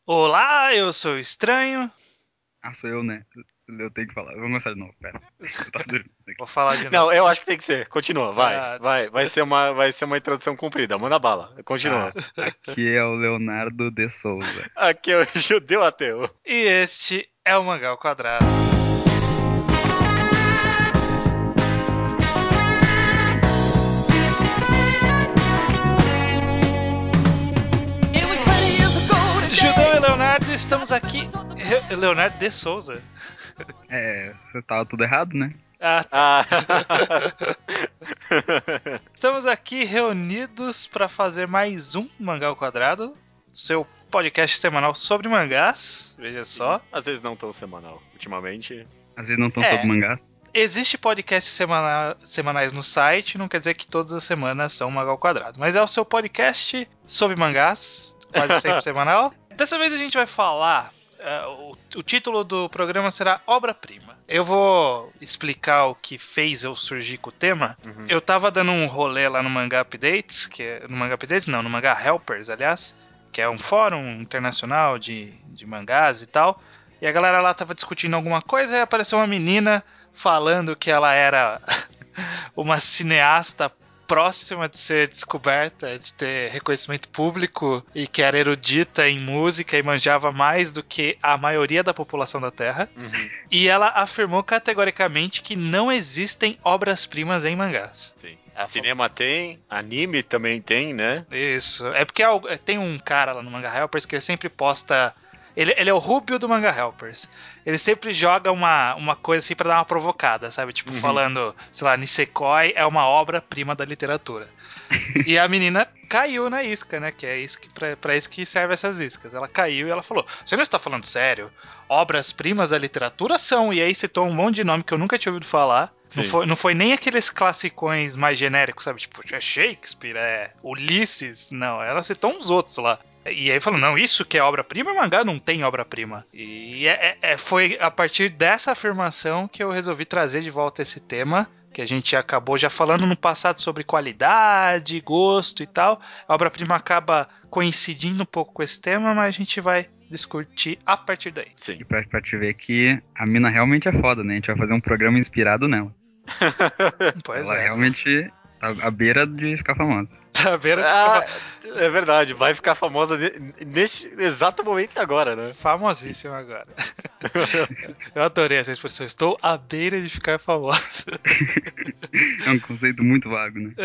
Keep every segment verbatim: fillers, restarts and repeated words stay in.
Olá, eu sou o Estranho. Ah, sou eu, né? Eu tenho que falar. Vamos começar de novo, pera. Eu tava dormindo aqui. Vou falar de novo. Não, eu acho que tem que ser. Continua, vai. Ah, Vai, vai ser uma, vai ser uma introdução comprida. Manda bala. Tá. Continua. Aqui é o Leonardo de Souza. Aqui é o judeu ateu. e este é o Mangá ao Quadrado. Judeu e Leonardo, estamos aqui. Re- Leonardo de Souza. É, tava tudo errado, né? Ah, tá. Ah. Estamos aqui reunidos para fazer mais um Mangá ao Quadrado, seu podcast semanal sobre mangás. Veja só. Às vezes não tão semanal. Ultimamente. Às vezes não tão É. sobre mangás. Existe podcasts semana- semanais no site, não quer dizer que todas as semanas são Mangá ao Quadrado, mas é o seu podcast sobre mangás, quase sempre semanal. Dessa vez a gente vai falar. Uh, o, o título do programa será Obra-Prima. Eu vou explicar o que fez eu surgir com o tema. Uhum. Eu tava dando um rolê lá no Mangá Updates, que é, no Mangá Updates não, no Mangá Helpers, aliás, que é um fórum internacional de, de mangás e tal. E a galera lá tava discutindo alguma coisa e apareceu uma menina falando que ela era uma cineasta próxima de ser descoberta, de ter reconhecimento público e que era erudita em música e manjava mais do que a maioria da população da Terra. Uhum. E ela afirmou categoricamente que não existem obras-primas em mangás. Sim. Ela Cinema tem, anime também tem, né? Isso. É porque tem um cara lá no Manga Helpers que ele sempre posta. Ele, ele é o Rubio do Manga Helpers. Ele sempre joga uma, uma coisa assim pra dar uma provocada, sabe? Tipo, Uhum. falando, sei lá, Nisekoi é uma obra-prima da literatura. E a menina caiu na isca, né? Que é isso que, pra, pra isso que serve essas iscas. Ela caiu e ela falou: você não está falando sério? Obras-primas da literatura são. E aí citou um monte de nome que eu nunca tinha ouvido falar. Não foi, não foi nem aqueles classicões mais genéricos, sabe? Tipo, é Shakespeare, é Ulisses. Não, ela citou uns outros lá. E aí falou, não, isso que é obra-prima, mangá não tem obra-prima. E é, é, foi a partir dessa afirmação que eu resolvi trazer de volta esse tema, que a gente acabou já falando no passado sobre qualidade, gosto e tal. A obra-prima acaba coincidindo um pouco com esse tema, mas a gente vai discutir a partir daí. Sim. E pra, pra te ver que a mina realmente é foda, né? A gente vai fazer um programa inspirado nela. Pois Ela é. realmente tá à beira de ficar famosa. Tá vendo? Ah, é verdade, vai ficar famosa neste exato momento agora, né? Famosíssima agora. Eu adorei essa expressão. Estou à beira de ficar famosa. É um conceito muito vago, né?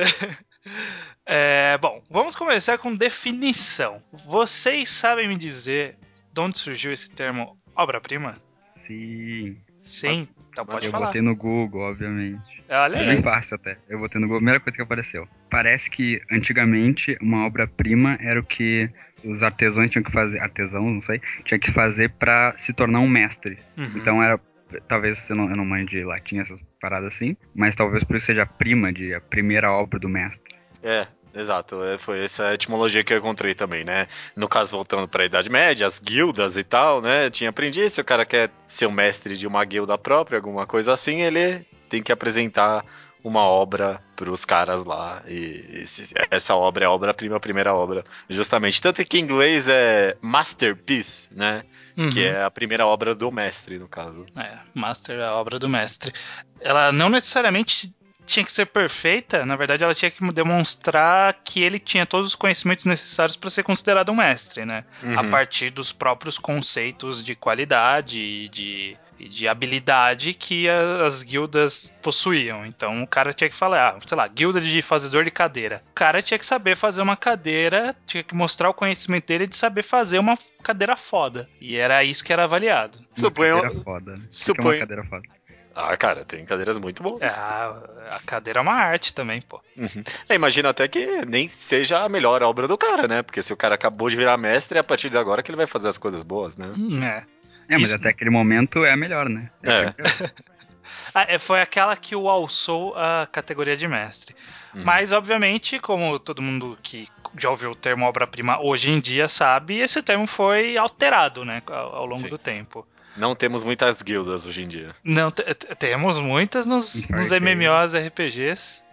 É, bom, vamos começar com definição. Vocês sabem me dizer de onde surgiu esse termo obra-prima? Sim. Sim, então pode Eu falar. botei no Google, obviamente. Olha É aí. bem fácil até. Eu botei no Google, a primeira coisa que apareceu. Parece que antigamente uma obra-prima era o que os artesãos tinham que fazer, artesãos, não sei, tinha que fazer pra se tornar um mestre. Uhum. Então era, talvez eu não, eu não manjo de latim, essas paradas assim, mas talvez por isso seja a prima de a primeira obra do mestre. É, exato. É, foi essa a etimologia que eu encontrei também, né? No caso, voltando para a Idade Média, as guildas e tal, né? Tinha aprendiz, se o cara quer ser o mestre de uma guilda própria, alguma coisa assim, ele tem que apresentar uma obra para os caras lá. E esse, essa obra é a obra-prima, a primeira obra, justamente. Tanto que em inglês é masterpiece, né? Uhum. Que é a primeira obra do mestre, no caso. É, master é a obra do mestre. Ela não necessariamente tinha que ser perfeita, na verdade ela tinha que demonstrar que ele tinha todos os conhecimentos necessários para ser considerado um mestre, né? Uhum. A partir dos próprios conceitos de qualidade e de, e de habilidade que a, as guildas possuíam. Então o cara tinha que falar, ah, sei lá, guilda de fazedor de cadeira. O cara tinha que saber fazer uma cadeira, tinha que mostrar o conhecimento dele de saber fazer uma cadeira foda. E era isso que era avaliado. Uma Suponho- cadeira foda. O que que é suponho- uma cadeira foda? Ah, cara, tem cadeiras muito boas. É, a, a cadeira é uma arte também, pô. Uhum. É, imagina até que nem seja a melhor obra do cara, né? Porque se o cara acabou de virar mestre, é a partir de agora que ele vai fazer as coisas boas, né? Hum, é. É, mas Isso- até aquele momento é a melhor, né? É, É. a primeira. Ah, é, foi aquela que o alçou a categoria de mestre. Uhum. Mas, obviamente, como todo mundo que já ouviu o termo obra-prima hoje em dia sabe, esse termo foi alterado, né, ao, ao longo Sim. do tempo. Não temos muitas guildas hoje em dia. Não, t- t- temos muitas nos, Em Fairy nos Tail. M M Os R P Gs.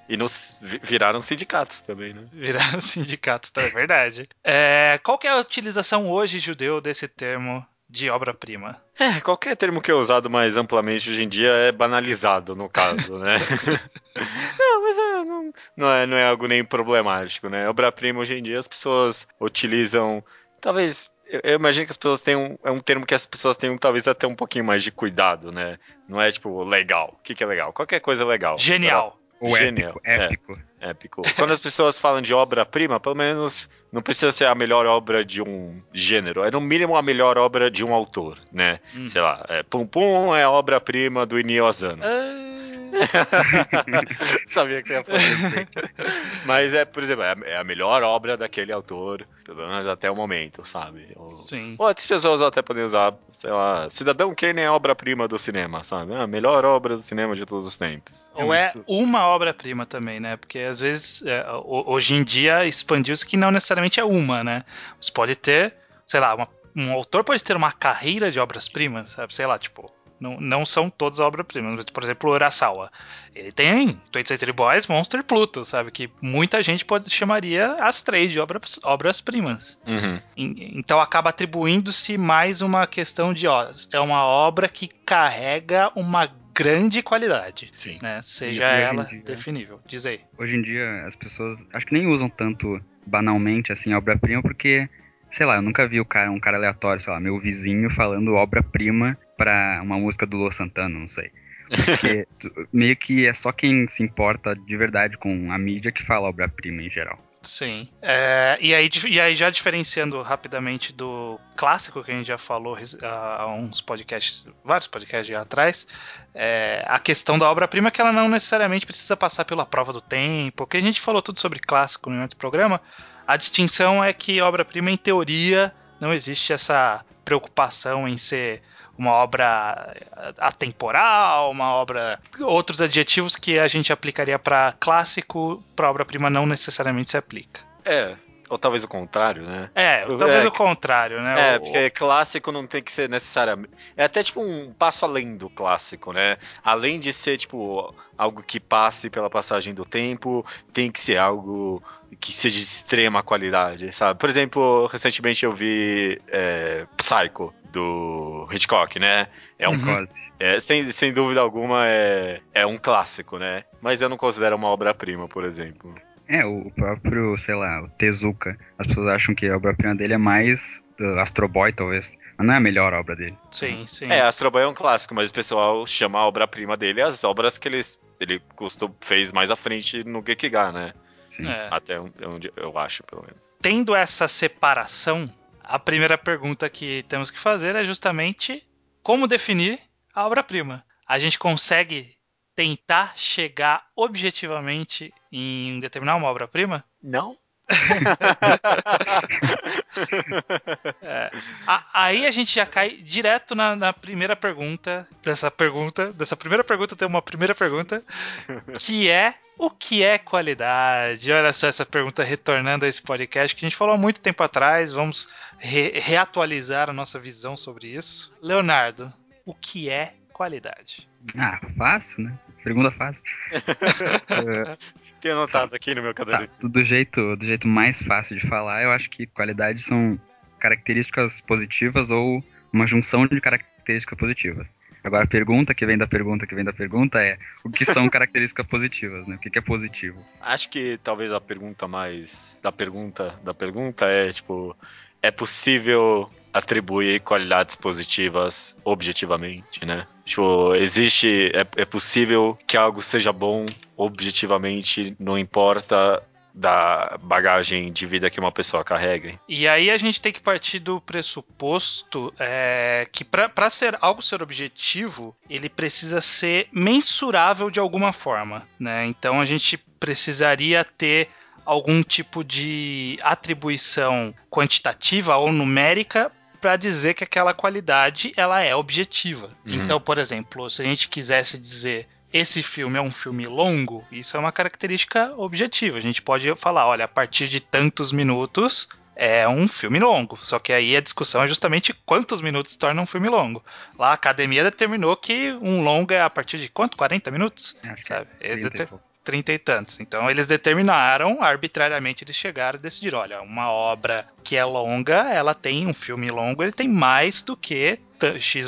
E nos, viraram sindicatos também, né? Viraram sindicatos, tá? É verdade. É, qual que é a utilização hoje, judeu, desse termo de obra-prima? É, qualquer termo que é usado mais amplamente hoje em dia é banalizado, no caso, né? Não, mas é, não, não, é, não é algo nem problemático, né? Obra-prima hoje em dia as pessoas utilizam, talvez, eu, eu imagino que as pessoas tenham, é um termo que as pessoas tenham talvez até um pouquinho mais de cuidado, né? Não é tipo legal. O que, que é legal? Qualquer coisa é legal. Genial. Ou Genial. épico, épico. É, épico. Quando as pessoas falam de obra-prima, pelo menos não precisa ser a melhor obra de um gênero. É no mínimo a melhor obra de um autor, né? Hum. Sei lá, é, Pum Pum é a obra-prima do Inio Asano. Ah, Sabia que ia fazer isso. Mas é, por exemplo, é a- é a melhor obra daquele autor, pelo menos até o momento, sabe? Ou, Sim. outras pessoas até podem usar, sei lá, Cidadão Kane é a obra-prima do cinema, sabe? É a melhor obra do cinema de todos os tempos. Ou é uma obra-prima também, né? Porque às vezes, é, ho- hoje em dia, expandiu-se que não necessariamente é uma, né? Você pode ter, sei lá, uma- um autor pode ter uma carreira de obras-primas, sabe? Sei lá, tipo, não, não são todas obras-primas. Por exemplo, o Urasawa. Ele tem vinte Century Boys, Monster e Pluto, sabe? Que muita gente pode, chamaria as três de obras, obras-primas. Uhum. Em- Então acaba atribuindo-se mais uma questão de, ó, é uma obra que carrega uma grande qualidade, Sim. né? E- Seja e hoje em ela dia- definível. Diz aí. Hoje em dia as pessoas acho que nem usam tanto banalmente assim obra-prima porque, sei lá, eu nunca vi o cara, um cara aleatório, sei lá, meu vizinho falando obra-prima pra uma música do Luan Santana, não sei. Porque tu- meio que é só quem se importa de verdade com a mídia que fala obra-prima em geral. Sim. É, e, aí, e aí, já diferenciando rapidamente do clássico que a gente já falou res- há uns podcasts, vários podcasts já atrás, é, a questão da obra-prima é que ela não necessariamente precisa passar pela prova do tempo, porque a gente falou tudo sobre clássico no outro programa. A distinção é que obra-prima, em teoria, não existe essa preocupação em ser uma obra atemporal, uma obra. Outros adjetivos que a gente aplicaria para clássico, para obra-prima não necessariamente se aplica. É, ou talvez o contrário, né? É, Tipo, talvez é, o contrário, né? É, O- porque clássico não tem que ser necessariamente. É até tipo um passo além do clássico, né? Além de ser, tipo, algo que passe pela passagem do tempo, tem que ser algo que seja de extrema qualidade, sabe? Por exemplo, recentemente eu vi é, Psycho, do Hitchcock, né? É um. Psicose. É, sem, sem dúvida alguma, é, é um clássico, né? Mas eu não considero uma obra-prima, por exemplo. É, o próprio, sei lá, o Tezuka. As pessoas acham que a obra-prima dele é mais do Astro Boy, talvez. Mas não é a melhor obra dele. Sim, sim. É, Astro Boy é um clássico, mas o pessoal chama a obra-prima dele as obras que ele, ele custou, fez mais à frente no Gekiga, né? Sim. É. Até onde eu acho, pelo menos. Tendo essa separação, a primeira pergunta que temos que fazer é justamente como definir a obra-prima. A gente consegue tentar chegar objetivamente em determinar uma obra-prima? Não? É. A- aí a gente já cai direto na, na primeira pergunta dessa pergunta. Dessa primeira pergunta tem uma primeira pergunta, que é o que é qualidade? Olha só essa pergunta retornando a esse podcast que a gente falou há muito tempo atrás. Vamos re- reatualizar a nossa visão sobre isso. Leonardo, o que é qualidade? Ah, fácil, né? Pergunta fácil. É, Tenho anotado aqui no meu tá, caderno. do jeito, do jeito mais fácil de falar, eu acho que qualidade são características positivas ou uma junção de características positivas. Agora, a pergunta que vem da pergunta que vem da pergunta é o que são características positivas, né? O que que é positivo? Acho que talvez a pergunta mais. Da pergunta da pergunta é, tipo. É possível atribuir qualidades positivas objetivamente, né? Tipo, existe. É, é possível que algo seja bom objetivamente, não importa da bagagem de vida que uma pessoa carrega. E aí a gente tem que partir do pressuposto é, que para ser algo ser objetivo, ele precisa ser mensurável de alguma forma, né? Então a gente precisaria ter algum tipo de atribuição quantitativa ou numérica para dizer que aquela qualidade ela é objetiva. Uhum. Então, por exemplo, se a gente quisesse dizer esse filme é um filme longo, isso é uma característica objetiva. A gente pode falar, olha, a partir de tantos minutos é um filme longo. Só que aí a discussão é justamente quantos minutos torna um filme longo. Lá a academia determinou que um longo é a partir de quanto? quarenta minutos? Acho que Sabe? é trinta e pouco. trinta e tantos. Então eles determinaram, arbitrariamente eles chegaram e decidiram, olha, uma obra que é longa, ela tem, um filme longo, ele tem mais do que X,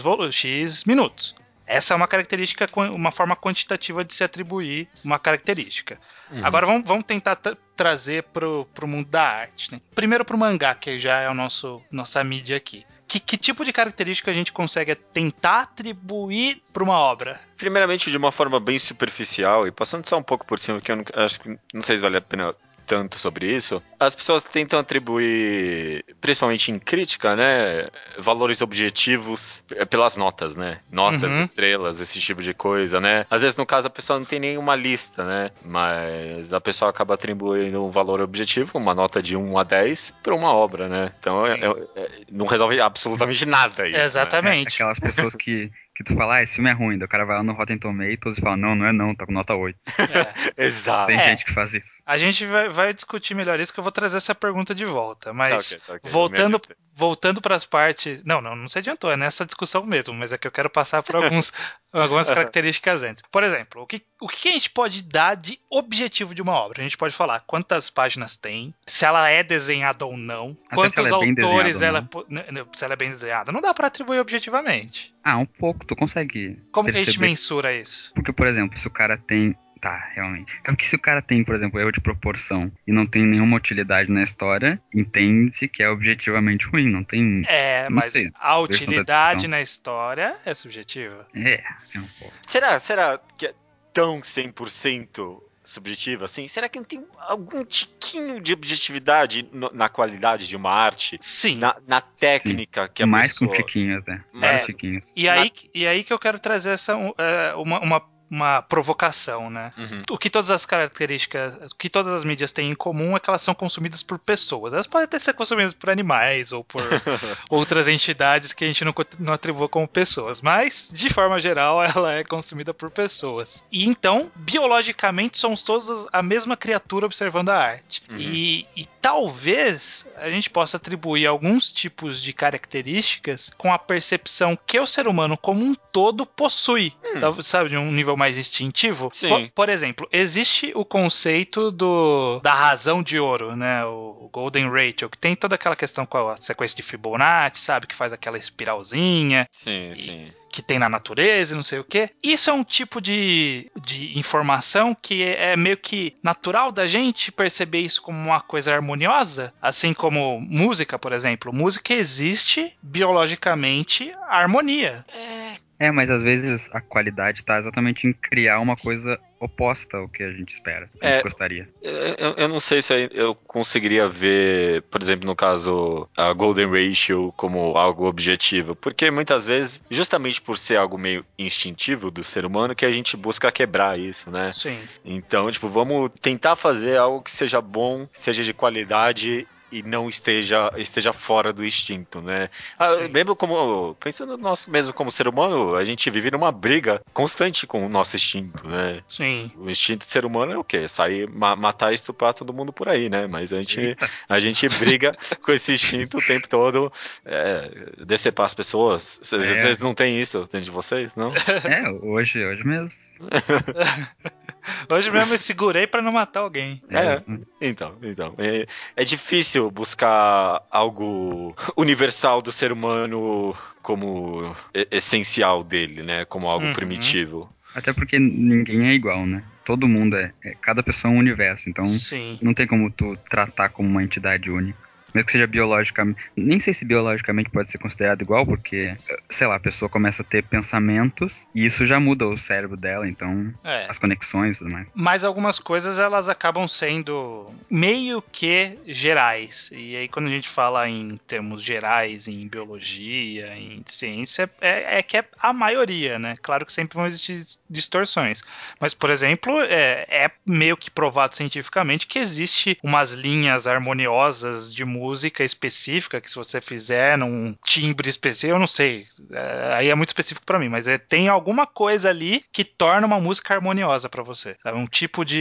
X minutos. Essa é uma característica, uma forma quantitativa de se atribuir uma característica. Uhum. Agora vamos, vamos tentar tra- trazer pro, pro mundo da arte, né? Primeiro pro mangá, que já é o nosso nossa mídia aqui. Que, que tipo de característica a gente consegue tentar atribuir para uma obra? Primeiramente, de uma forma bem superficial, e passando só um pouco por cima, que eu não, acho que não sei se vale a pena tanto sobre isso, as pessoas tentam atribuir, principalmente em crítica, né, valores objetivos pelas notas, né, notas, uhum. estrelas, esse tipo de coisa, né, às vezes no caso a pessoa não tem nenhuma lista, né, mas a pessoa acaba atribuindo um valor objetivo, uma nota de um a dez, para uma obra, né, então é, é, é, não resolve absolutamente nada isso. Exatamente. Né? É, aquelas pessoas que que tu fala, ah, esse filme é ruim, daí o cara vai lá no Rotten Tomatoes e fala, não, não é não, tá com nota oito. É. Exato. Tem é. gente que faz isso. A gente vai, vai discutir melhor isso, que eu vou trazer essa pergunta de volta, mas tá okay, tá okay. voltando, voltando para as partes... Não, não, não se adiantou, é nessa discussão mesmo, mas é que eu quero passar por alguns, algumas características antes. Por exemplo, o que, o que a gente pode dar de objetivo de uma obra? A gente pode falar quantas páginas tem, se ela é desenhada ou não, Até quantos se ela é autores ela... Não. Se ela é bem desenhada, não dá para atribuir objetivamente. Ah, um pouco, tu consegue Como perceber. que a gente mensura isso? Porque, por exemplo, se o cara tem... Tá, realmente. É porque se o cara tem, por exemplo, erro de proporção e não tem nenhuma utilidade na história, entende-se que é objetivamente ruim, não tem... É, não mas sei, a utilidade na história é subjetiva. É, é um pouco. Será, será que é tão cem por cento subjetiva assim? Será que não tem algum tiquinho de objetividade no, na qualidade de uma arte? Sim. Na, na técnica Sim. que a Mais pessoa... Mais que um tiquinho até. Vários é, tiquinhos. E aí, na... e aí que eu quero trazer essa, uma... uma uma provocação, né? Uhum. O que todas as características, o que todas as mídias têm em comum é que elas são consumidas por pessoas. Elas podem até ser consumidas por animais ou por outras entidades que a gente não, não atribua como pessoas, mas, de forma geral, ela é consumida por pessoas. E então, biologicamente, somos todos a mesma criatura observando a arte. Uhum. E, e talvez a gente possa atribuir alguns tipos de características com a percepção que o ser humano como um todo possui. Hum. Sabe, de um nível mais instintivo. Sim. Por, por exemplo, existe o conceito do, da razão de ouro, né? O, o Golden Ratio, que tem toda aquela questão com a sequência de Fibonacci, sabe? Que faz aquela espiralzinha. Sim, e, sim. Que tem na natureza e não sei o quê. Isso é um tipo de, de informação que é meio que natural da gente perceber isso como uma coisa harmoniosa, assim como música, por exemplo. Música existe biologicamente a harmonia. É. É, mas às vezes a qualidade tá exatamente em criar uma coisa oposta ao que a gente espera, que a gente é, gostaria. Eu, eu não sei se eu conseguiria ver, por exemplo, no caso, a Golden Ratio como algo objetivo, porque muitas vezes, justamente por ser algo meio instintivo do ser humano, que a gente busca quebrar isso, né? Sim. Então, tipo, vamos tentar fazer algo que seja bom, seja de qualidade e não esteja, esteja fora do instinto, né? Ah, mesmo como, pensando nós mesmo como ser humano, a gente vive numa briga constante com o nosso instinto, né? Sim. O instinto do ser humano é o quê? Sair, ma- matar e estuprar todo mundo por aí, né? Mas a gente, a gente briga com esse instinto o tempo todo, é, decepar as pessoas. Vocês É. vocês não tem isso dentro de vocês, não? É, hoje, hoje mesmo. Hoje mesmo eu segurei pra não matar alguém. É, então, então. É, é difícil buscar algo universal do ser humano como e- essencial dele, né? Como algo Uhum. primitivo. Até porque ninguém é igual, né? Todo mundo é, é. Cada pessoa é um universo, então Sim. não tem como tu tratar como uma entidade única. Mesmo que seja biologicamente... Nem sei se biologicamente pode ser considerado igual, porque, sei lá, a pessoa começa a ter pensamentos e isso já muda o cérebro dela, então É. as conexões e tudo mais. Mas algumas coisas, elas acabam sendo meio que gerais. E aí, quando a gente fala em termos gerais, em biologia, em ciência, é, é que é a maioria, né? Claro que sempre vão existir distorções. Mas, por exemplo, é, é meio que provado cientificamente que existe umas linhas harmoniosas de música específica, que se você fizer num timbre específico, eu não sei, é, aí é muito específico pra mim, mas é, tem alguma coisa ali que torna uma música harmoniosa pra você, sabe? Um tipo de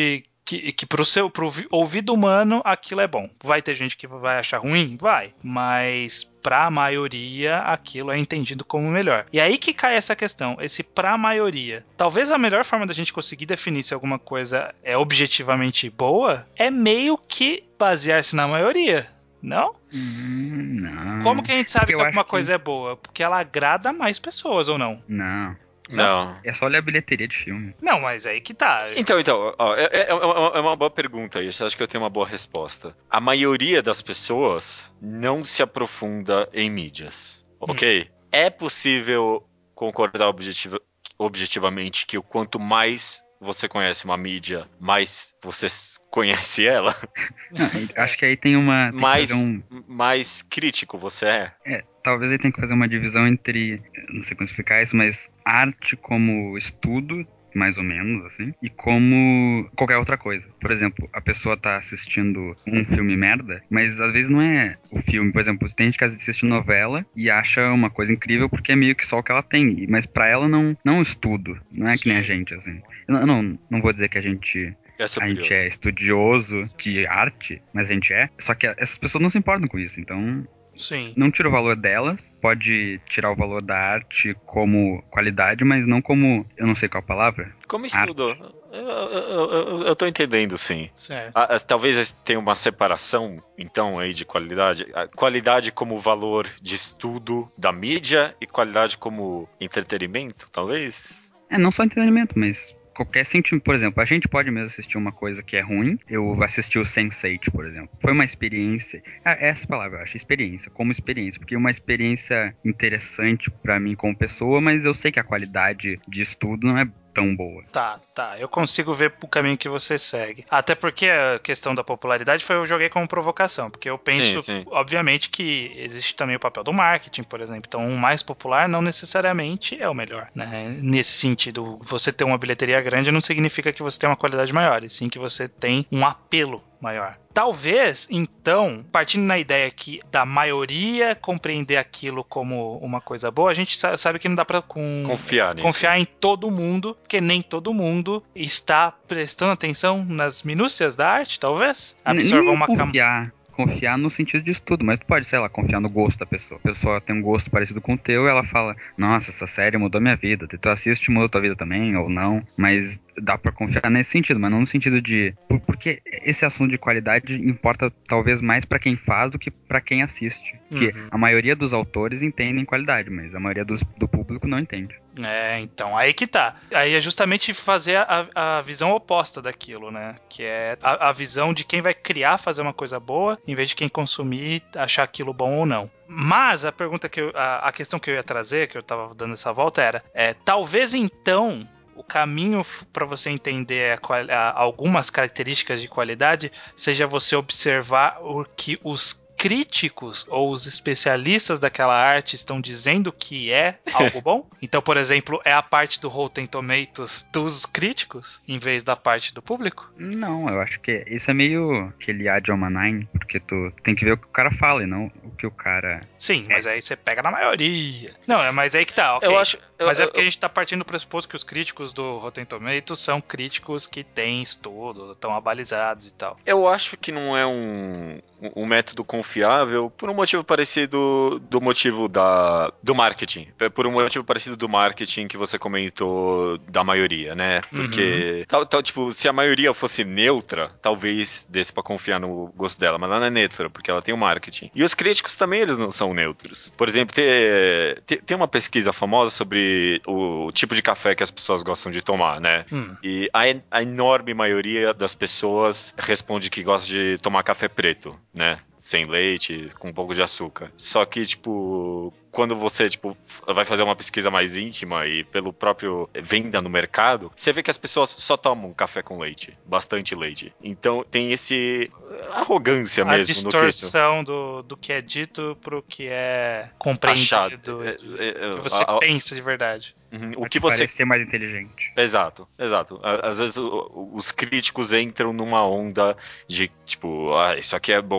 que, que pro seu pro ouvido humano aquilo é bom. Vai ter gente que vai achar ruim? Vai. Mas pra maioria aquilo é entendido como melhor. E aí que cai essa questão, esse pra maioria. Talvez a melhor forma da gente conseguir definir se alguma coisa é objetivamente boa é meio que basear-se na maioria, não? Hum, não. Como que a gente sabe Porque que eu alguma acho coisa que... é boa? Porque ela agrada mais pessoas ou não? Não. Não. É só olhar a bilheteria de filme. Não, mas aí que tá. Então, então, ó, é, é- é uma é uma boa pergunta isso. Acho que eu tenho uma boa resposta. A maioria das pessoas não se aprofunda em mídias, ok? É possível concordar objetiva- objetivamente que o quanto mais você conhece uma mídia, mais você s- conhece ela, Não, acho que aí tem uma. Tem que fazer mais, um. mais crítico você é. É, talvez aí tenha que fazer uma divisão entre. Não sei como explicar isso, mas arte como estudo, mais ou menos, assim, e como qualquer outra coisa. Por exemplo, a pessoa tá assistindo um filme merda, mas às vezes não é o filme. Por exemplo, tem gente que assiste novela e acha uma coisa incrível porque é meio que só o que ela tem. Mas pra ela não, não é um estudo. Não é que nem a Sim. gente, assim. Eu não, não, não vou dizer que a gente. É A superior. gente é estudioso de arte, mas a gente é. Só que essas pessoas não se importam com isso, então Sim. não tira o valor delas, pode tirar o valor da arte como qualidade, mas não como, eu não sei qual a palavra. Como estudo? Eu, eu, eu, eu tô entendendo, sim. Certo. Ah, ah, talvez tenha uma separação, então, aí de qualidade. A qualidade como valor de estudo da mídia e qualidade como entretenimento, talvez? É, não só entretenimento, mas qualquer sentimento. Por exemplo, a gente pode mesmo assistir uma coisa que é ruim. Eu assisti o sense eight, por exemplo. Foi uma experiência. Ah, essa palavra, eu acho, experiência, como experiência. Porque é uma experiência interessante pra mim como pessoa, mas eu sei que a qualidade de estudo não é tão boa. Tá, tá. Eu consigo ver o caminho que você segue. Até porque a questão da popularidade foi eu joguei como provocação. Porque eu penso, Sim, sim. obviamente, que existe também o papel do marketing, por exemplo. Então, o mais popular não necessariamente é o melhor, né? Nesse sentido, você ter uma bilheteria grande não significa que você tem uma qualidade maior, e sim que você tem um apelo maior. Talvez, então, partindo na ideia que da maioria compreender aquilo como uma coisa boa, a gente sa- sabe que não dá pra com- Confiar nisso. confiar em todo mundo, porque nem todo mundo está prestando atenção nas minúcias da arte, talvez? Absorva Nem uma camada. confiar. Confiar no sentido de estudo, mas tu pode, sei lá, confiar no gosto da pessoa. A pessoa tem um gosto parecido com o teu e ela fala, nossa, essa série mudou minha vida. Tu assiste e mudou tua vida também, ou não. Mas dá pra confiar nesse sentido, mas não no sentido de... por- Porque esse assunto de qualidade importa talvez mais pra quem faz do que pra quem assiste. Porque Uhum. a maioria dos autores entendem qualidade, mas a maioria dos- do público não entende. É, então, aí que tá. Aí é justamente fazer a, a visão oposta daquilo, né? Que é a, a visão de quem vai criar fazer uma coisa boa, em vez de quem consumir achar aquilo bom ou não. Mas a pergunta que eu, a, a questão que eu ia trazer, que eu tava dando essa volta, era: é, talvez então o caminho para você entender a qual- a- algumas características de qualidade seja você observar o que os críticos ou os especialistas daquela arte estão dizendo que é algo bom. Então, por exemplo, é a parte do Rotten Tomatoes dos críticos em vez da parte do público? Não, eu acho que isso é meio aquele Ad Hominine, porque tu tem que ver o que o cara fala e não o que o cara... Sim, mas aí você pega na maioria. Não, é, mas aí que tá, ok. Eu acho. eu- Mas é eu- porque a gente tá partindo do pressuposto que os críticos do Rotten Tomatoes são críticos que têm estudo, estão abalizados e tal. Eu acho que não é um, um método confiável por um motivo parecido do motivo da, do marketing. Por um motivo parecido do marketing que você comentou da maioria, né? Porque, tal, tal, tipo, se a maioria fosse neutra, talvez desse pra confiar no gosto dela, mas ela não é neutra, porque ela tem o marketing. E os críticos também, eles não são neutros. Por exemplo, tem, tem, tem uma pesquisa famosa sobre o tipo de café que as pessoas gostam de tomar, né? Hum. E a, a enorme maioria das pessoas responde que gosta de tomar café preto, né? Sem leite, com um pouco de açúcar. Só que, tipo, quando você, tipo, vai fazer uma pesquisa mais íntima e pelo próprio venda no mercado, você vê que as pessoas só tomam café com leite. Bastante leite. Então tem esse... arrogância A mesmo no quesito. distorção do, do que é dito pro que é Achado. compreendido, É, de- é, é, que você a- a- pensa de verdade. Uhum. O Pra que te você parecer mais inteligente. Exato, exato. À- Às vezes o- o- os críticos entram numa onda de, tipo, ah, isso aqui é bom porque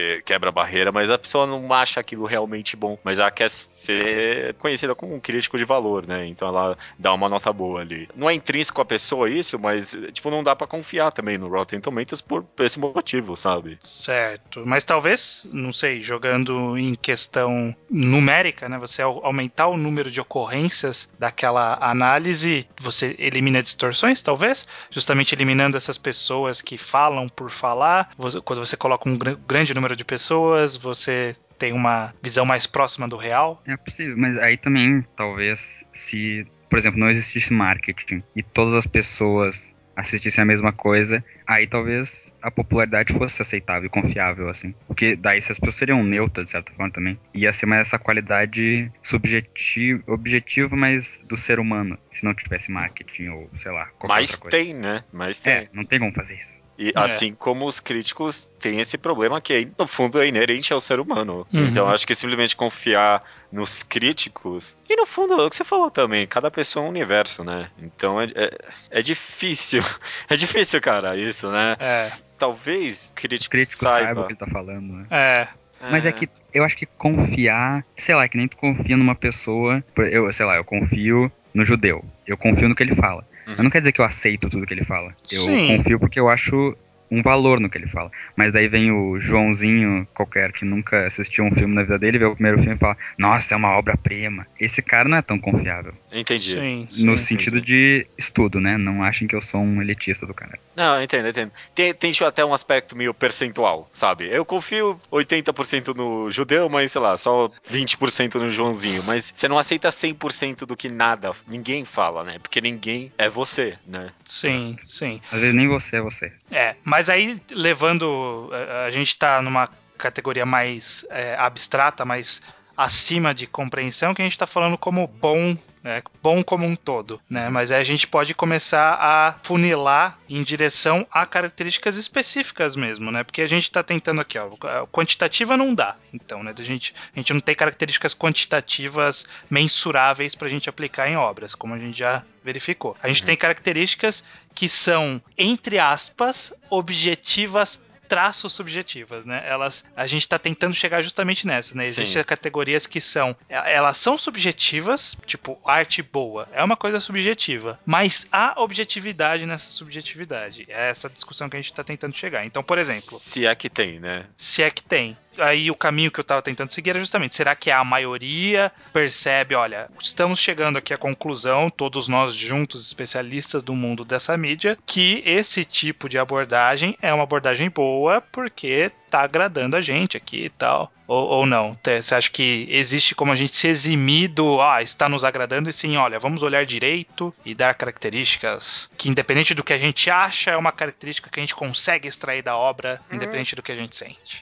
você quebra a barreira, mas a pessoa não acha aquilo realmente bom, mas ela quer ser conhecida como um crítico de valor, né? Então ela dá uma nota boa ali. Não é intrínseco à pessoa isso, mas, tipo, não dá pra confiar também no Rotten Tomatoes por esse motivo, sabe? Certo. Mas talvez, não sei, jogando em questão numérica, né? Você aumentar o número de ocorrências daquela análise, você elimina distorções, talvez? Justamente eliminando essas pessoas que falam por falar. Você, quando você coloca um gr- grande número de pessoas, você tem uma visão mais próxima do real. É possível, mas aí também, talvez, se, por exemplo, não existisse marketing e todas as pessoas assistissem a mesma coisa, aí talvez a popularidade fosse aceitável e confiável, assim. Porque daí se as pessoas seriam neutras, de certa forma, também, ia ser mais essa qualidade subjetiva, objetiva, mas do ser humano, se não tivesse marketing ou, sei lá, qualquer Mas outra coisa. tem, né? Mas tem. É, não tem como fazer isso. E É. assim como os críticos têm esse problema que, no fundo, é inerente ao ser humano. Uhum. Então, acho que simplesmente confiar nos críticos... E, no fundo, é o que você falou também. Cada pessoa é um universo, né? Então, é, é, é difícil. É difícil, cara, isso, né? É. Talvez o O crítico, crítico saiba saiba... o que ele tá falando, né? É. Mas é que eu acho que confiar, sei lá, é que nem tu confia numa pessoa, por- eu, sei lá, eu confio no judeu, eu confio no que ele fala. Uhum. Mas não quer dizer que eu aceito tudo que ele fala. Eu Sim. confio porque eu acho um valor no que ele fala. Mas daí vem o Joãozinho qualquer que nunca assistiu um filme na vida dele, vê o primeiro filme e fala, nossa, é uma obra-prima. Esse cara não é tão confiável. Entendi. Sim, No sim. sentido de estudo, né? Não achem que eu sou um elitista do cara. Não, entendo, entendo. Tem, tem tipo, até um aspecto meio percentual, sabe? Eu confio oitenta por cento no judeu, mas sei lá, só vinte por cento no Joãozinho. Mas você não aceita cem por cento do que nada, ninguém fala, né? Porque ninguém é você, né? Sim, sim. Às vezes nem você é você. É, mas aí levando. A, a gente tá numa categoria mais é, abstrata, mais acima de compreensão, que a gente tá falando como bom, né, bom como um todo, né? Mas aí a gente pode começar a funilar em direção a características específicas mesmo, né? Porque a gente tá tentando aqui, ó, quantitativa não dá, então, né? A gente, a gente não tem características quantitativas mensuráveis pra gente aplicar em obras, como a gente já verificou. A gente Uhum. tem características que são, entre aspas, objetivas traços subjetivas, né? Elas, a gente tá tentando chegar justamente nessa, né? Existem Sim. categorias que são, elas são subjetivas, tipo, arte boa, é uma coisa subjetiva, mas há objetividade nessa subjetividade. É essa discussão que a gente tá tentando chegar. Então, por exemplo, Se é que tem, né? se é que tem. Aí o caminho que eu tava tentando seguir era justamente, será que a maioria percebe, olha, estamos chegando aqui à conclusão, todos nós juntos, especialistas do mundo dessa mídia, que esse tipo de abordagem é uma abordagem boa porque tá agradando a gente aqui e tal. Ou, ou não? Você acha que existe como a gente se eximir do, ah, está nos agradando, e sim, olha, vamos olhar direito e dar características que, independente do que a gente acha, é uma característica que a gente consegue extrair da obra, independente do que a gente sente?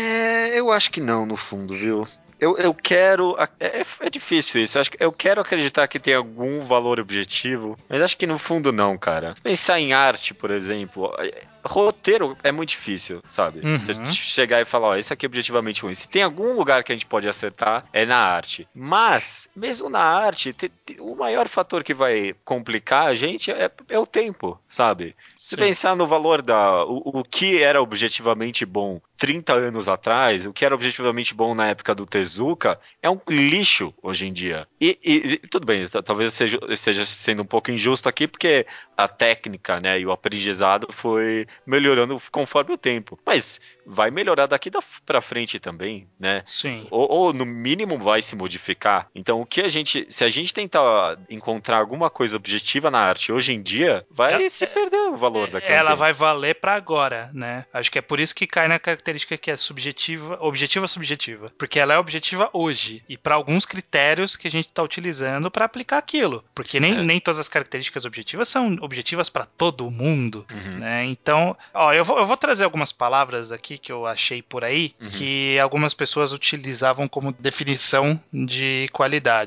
É, eu acho que não, no fundo, viu? Eu, eu quero. É, é, é difícil isso. Acho que eu quero acreditar que tem algum valor objetivo, mas acho que no fundo não, cara. Pensar em arte, por exemplo. Roteiro é muito difícil, sabe? Uhum. Você chegar e falar, ó, isso aqui é objetivamente ruim. Se tem algum lugar que a gente pode acertar, é na arte. Mas, mesmo na arte, te, te, o maior fator que vai complicar a gente é, é o tempo, sabe? Se pensar no valor da. O, o que era objetivamente bom trinta anos atrás, o que era objetivamente bom na época do Tezuka, é um lixo hoje em dia. E, e tudo bem, talvez seja, esteja sendo um pouco injusto aqui, porque a técnica, né, e o aprendizado foi melhorando conforme o tempo. Mas vai melhorar daqui pra frente também, né? Sim. Ou, ou no mínimo vai se modificar. Então o que a gente, se a gente tentar encontrar alguma coisa objetiva na arte hoje em dia, vai É, se perder o valor daqui a um ela tempo. vai valer pra agora, né? Acho que é por isso que cai na característica que é subjetiva, objetiva subjetiva, porque ela é objetiva hoje e para alguns critérios que a gente está utilizando para aplicar aquilo, porque nem, É. nem todas as características objetivas são objetivas para todo mundo, Uhum. né? Então, ó, eu vou, eu vou trazer algumas palavras aqui que eu achei por aí, Uhum. que algumas pessoas utilizavam como definição de qualidade.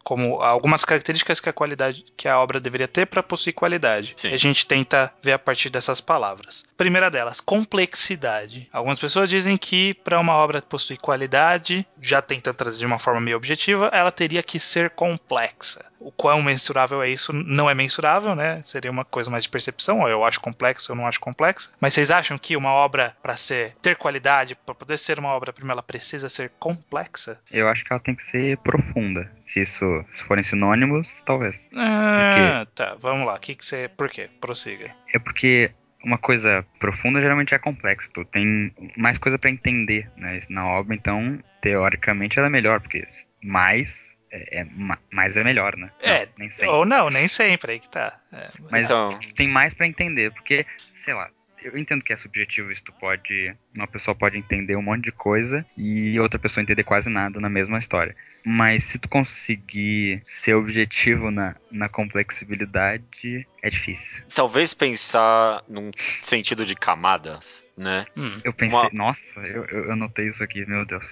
como algumas características que a qualidade que a obra deveria ter para possuir qualidade. Sim. E a gente tenta ver a partir dessas palavras. Primeira delas, complexidade. Algumas pessoas dizem que para uma obra possuir qualidade, já tentando trazer de uma forma meio objetiva, ela teria que ser complexa. O quão mensurável é isso não é mensurável, né? Seria uma coisa mais de percepção. Ó, eu acho complexa, eu não acho complexa. Mas vocês acham que uma obra, para ser ter qualidade, para poder ser uma obra-prima, ela precisa ser complexa? Eu acho que ela tem que ser profunda. Se isso se forem sinônimos, talvez. Ah, tá. Vamos lá. Que que você... Por quê? Prossiga. É porque uma coisa profunda geralmente é complexa. Tu tem mais coisa pra entender, né, na obra, então, teoricamente, ela é melhor, porque mais é, é ma- mais é melhor, né? Não, É, nem sempre. ou não, nem sempre, aí que tá. É, Mas Então- tu tem mais pra entender, porque, sei lá, eu entendo que é subjetivo isso, tu pode, uma pessoa pode entender um monte de coisa e outra pessoa entender quase nada na mesma história. Mas se tu conseguir ser objetivo na, na complexibilidade, é difícil. Talvez pensar num sentido de camadas, né? hum. Eu pensei, Uma- nossa, eu, eu eu anotei isso aqui, meu Deus.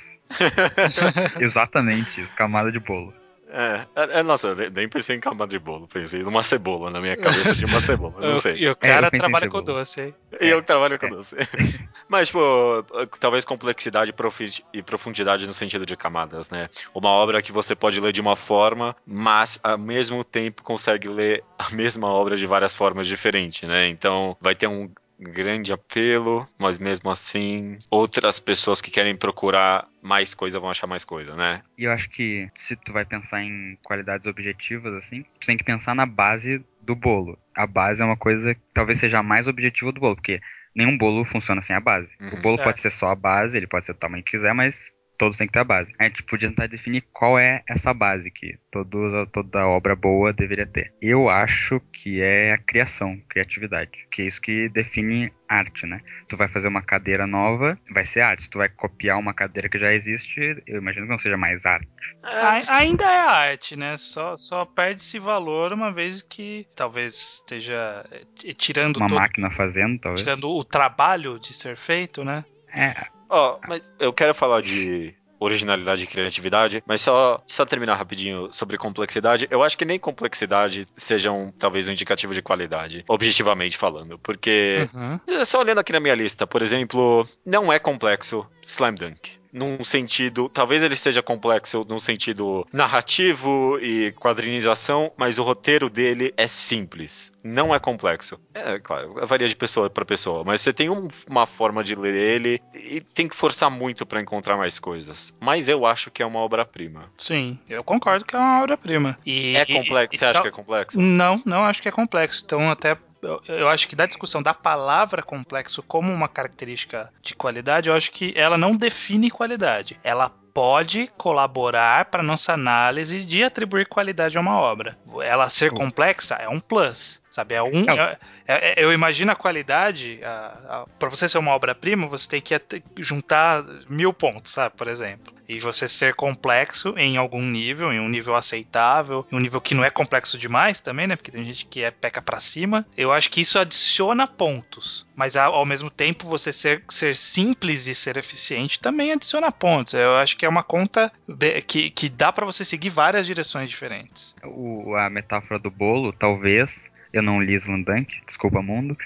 Exatamente isso, camada de bolo. É, é, é, nossa, eu nem pensei em camada de bolo, pensei numa cebola, na minha cabeça de uma cebola, não sei. E o É, eu cara pensei em trabalha com cebola. doce, hein? E eu que trabalho com é. doce. Mas, tipo, talvez complexidade e profi- e profundidade no sentido de camadas, né? Uma obra que você pode ler de uma forma, mas ao mesmo tempo consegue ler a mesma obra de várias formas diferentes, né? Então, vai ter um grande apelo, mas mesmo assim, outras pessoas que querem procurar mais coisa vão achar mais coisa, né? E eu acho que se tu vai pensar em qualidades objetivas, assim, tu tem que pensar na base do bolo. A base é uma coisa que talvez seja a mais objetiva do bolo, porque nenhum bolo funciona sem a base. Uhum. O bolo Certo. pode ser só a base, ele pode ser do tamanho que quiser, mas todos têm que ter a base. A gente podia tentar definir qual é essa base que toda, toda obra boa deveria ter. Eu acho que é a criação, criatividade, que é isso que define arte, né? Tu vai fazer uma cadeira nova, vai ser arte. Se tu vai copiar uma cadeira que já existe, eu imagino que não seja mais arte. A- Ainda é arte, né? Só, só perde esse valor uma vez que talvez esteja eh, tirando Uma todo, máquina fazendo, talvez. tirando o trabalho de ser feito, né? É, Ó, mas eu quero falar de originalidade e criatividade, mas só, só terminar rapidinho sobre complexidade. Eu acho que nem complexidade seja um, talvez um indicativo de qualidade, objetivamente falando, porque Uhum. só olhando aqui na minha lista, por exemplo, não é complexo Slam Dunk. Num sentido, talvez ele seja complexo num sentido narrativo e quadrinização, mas o roteiro dele é simples, não é complexo. É, claro, varia de pessoa para pessoa, mas você tem um- uma forma de ler ele e tem que forçar muito para encontrar mais coisas. Mas eu acho que é uma obra-prima. Sim, eu concordo que é uma obra-prima. E, É e- complexo? e Você acha tal- que é complexo? Não, não acho que é complexo. Então, até eu, eu acho que da discussão da palavra complexo como uma característica de qualidade, eu acho que ela não define qualidade. Ela pode colaborar para nossa análise de atribuir qualidade a uma obra. Ela ser O- complexa é um plus. Sabe, é um. Não. é- é- eu imagino a qualidade. Para você ser uma obra-prima, você tem que at- juntar mil pontos, sabe, por exemplo. E você ser complexo em algum nível, em um nível aceitável, em um nível que não é complexo demais também, né? Porque tem gente que é peca pra cima. Eu acho que isso adiciona pontos. Mas ao ao mesmo tempo, você ser, ser simples e ser eficiente também adiciona pontos. Eu acho que é uma conta be- que, que dá pra você seguir várias direções diferentes. o- a metáfora do bolo, talvez, eu não li Slam Dunk, desculpa mundo,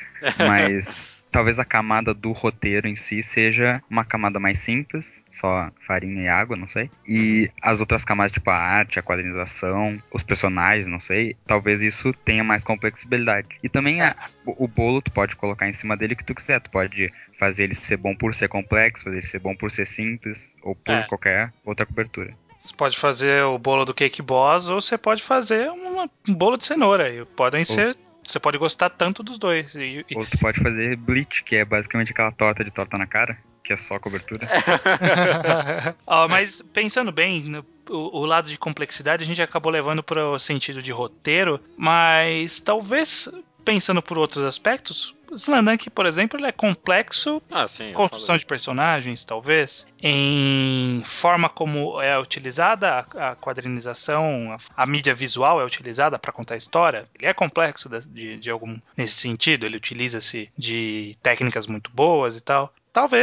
mas talvez a camada do roteiro em si seja uma camada mais simples, só farinha e água, não sei. E as outras camadas, tipo a arte, a quadrinização, os personagens, não sei, talvez isso tenha mais complexibilidade. E também a- o, o bolo, tu pode colocar em cima dele o que tu quiser, tu pode fazer ele ser bom por ser complexo, fazer ele ser bom por ser simples, ou por É. qualquer outra cobertura. Você pode fazer o bolo do Cake Boss ou você pode fazer uma- um bolo de cenoura. E podem ser. Você pode gostar tanto dos dois. E, e- Ou tu pode fazer bleach, que é basicamente aquela torta de torta na cara, que é só cobertura. Ó, mas pensando bem, no- o, o lado de complexidade a gente acabou levando para o sentido de roteiro, mas talvez pensando por outros aspectos, Slandunk, por exemplo, ele é complexo. Ah, sim. eu Construção falo de personagens, talvez, em forma como é utilizada a, a quadrinização, a, a mídia visual é utilizada para contar a história. Ele é complexo de, de, de algum nesse sentido. Ele utiliza-se de técnicas muito boas e tal. Talvez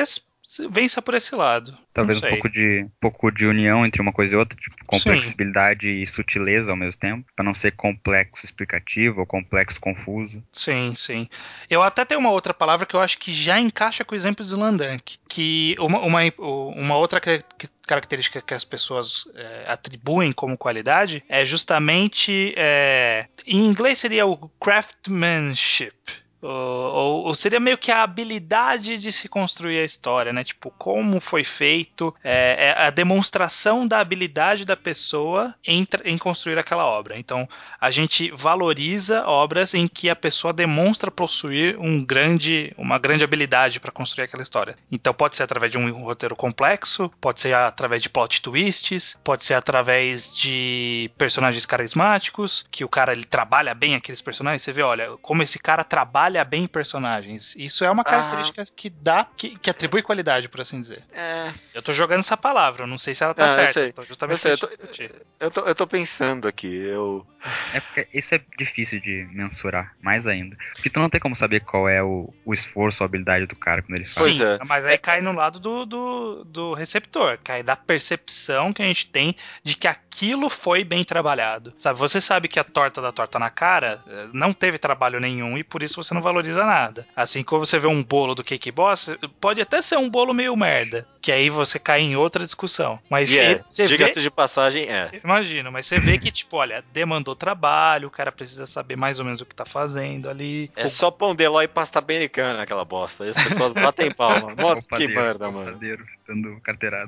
vença por esse lado. Talvez Não um sei. pouco de, um pouco de união entre uma coisa e outra, tipo, Sim. complexibilidade e sutileza ao mesmo tempo, pra não ser complexo explicativo ou complexo confuso. Sim, sim. Eu até tenho uma outra palavra que eu acho que já encaixa com o exemplo de Slandank, que uma, uma, uma outra ca- característica que as pessoas é, atribuem como qualidade é justamente, é, em inglês seria o craftsmanship. Ou, ou- ou seria meio que a habilidade de se construir a história, né? Tipo, como foi feito, é, é a demonstração da habilidade da pessoa em, tra- em construir aquela obra. Então, a gente valoriza obras em que a pessoa demonstra possuir um grande, uma grande habilidade para construir aquela história. Então, pode ser através de um roteiro complexo, pode ser através de plot twists, pode ser através de personagens carismáticos, que o cara ele trabalha bem aqueles personagens. Você vê, olha, como esse cara trabalha bem personagens. Isso é uma Ah, característica que dá, que, que atribui qualidade, por assim dizer. é. Eu tô jogando essa palavra, eu não sei se ela tá Ah, eu certa, eu sei. tô Eu justamente sei, pra eu gente tô, discutir. eu tô, eu tô pensando aqui. Eu. É porque isso é difícil de mensurar, mais ainda. Porque tu não tem como saber qual é o, o esforço ou a habilidade do cara quando ele faz. Pois Sim, é. mas aí É, cai no lado do, do, do receptor, cai da percepção que a gente tem de que aquilo foi bem trabalhado. Sabe, você sabe que a torta da torta na cara eh, não teve trabalho nenhum e por isso você não valoriza nada. Assim, quando você vê um bolo do Cake Boss, pode até ser um bolo meio merda, que aí você cai em outra discussão. Mas e ele- é, você vê. diga-se de passagem, é. Imagino, mas você vê que, tipo, olha, demandou trabalho, o cara precisa saber mais ou menos o que tá fazendo ali. É O- só pão de ló e pasta americana aquela bosta. E as pessoas batem palma. Mó O que padeiro, merda, o mano. padeiro dando carteirada.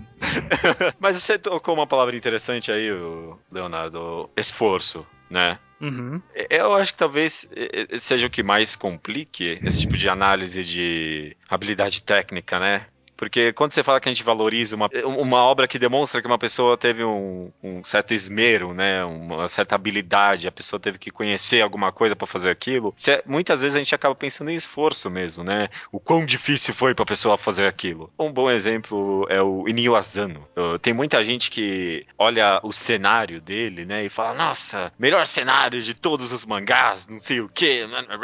Mas você tocou uma palavra interessante aí, o Leonardo. Esforço, né? Uhum. Eu acho que talvez eh, eh, seja o que mais complique esse tipo de análise de habilidade técnica, né? Porque quando você fala que a gente valoriza uma, uma obra que demonstra que uma pessoa teve um, um certo esmero, né, uma certa habilidade, a pessoa teve que conhecer alguma coisa para fazer aquilo, você- muitas vezes a gente acaba pensando em esforço mesmo, né? O quão difícil foi para a pessoa fazer aquilo. Um bom exemplo é o Inio Asano. Uh, Tem muita gente que olha o cenário dele, né, e fala, nossa, melhor cenário de todos os mangás, não sei o quê.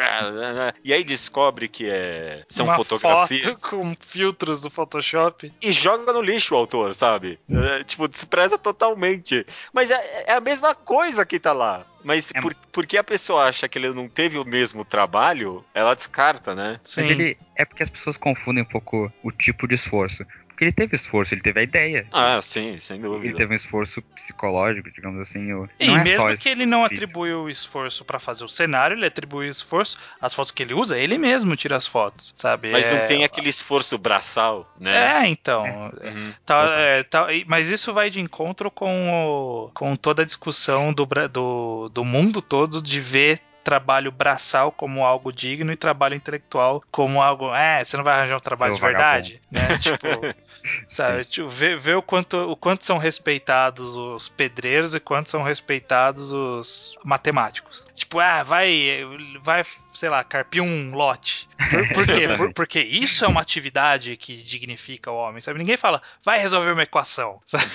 E aí descobre que é, são Uma fotografias foto com filtros do Photoshop. e joga no lixo o autor, sabe? É, tipo, despreza totalmente. Mas é, é a mesma coisa que tá lá. Mas É, por, porque a pessoa acha que ele não teve o mesmo trabalho, ela descarta, né? mas Sim. ele é porque as pessoas confundem um pouco o tipo de esforço. Porque ele teve esforço, ele teve a ideia. Ah, sim, sem Ele dúvida. teve um esforço psicológico, digamos assim. o- E Não é mesmo só que ele não esforço físico. atribui o esforço pra fazer o cenário, ele atribui o esforço. As fotos que ele usa, ele mesmo tira as fotos, sabe? Mas não É, tem aquele esforço braçal, né? é então. É. Uhum. Tá, Total. é, tá- e- mas isso vai de encontro com, o- com toda a discussão do, bra- do, do mundo todo de ver trabalho braçal como algo digno e trabalho intelectual como algo. É, você não vai arranjar um trabalho Seu de vagabundo. verdade, né? Tipo. Sabe, Sim. tipo, ver, ver o, quanto, o quanto são respeitados os pedreiros e quanto são respeitados os matemáticos. Tipo, ah, vai, vai, sei lá, carpir um lote. Por, por quê? Por- porque isso é uma atividade que dignifica o homem, sabe? Ninguém fala, vai resolver uma equação. Sabe?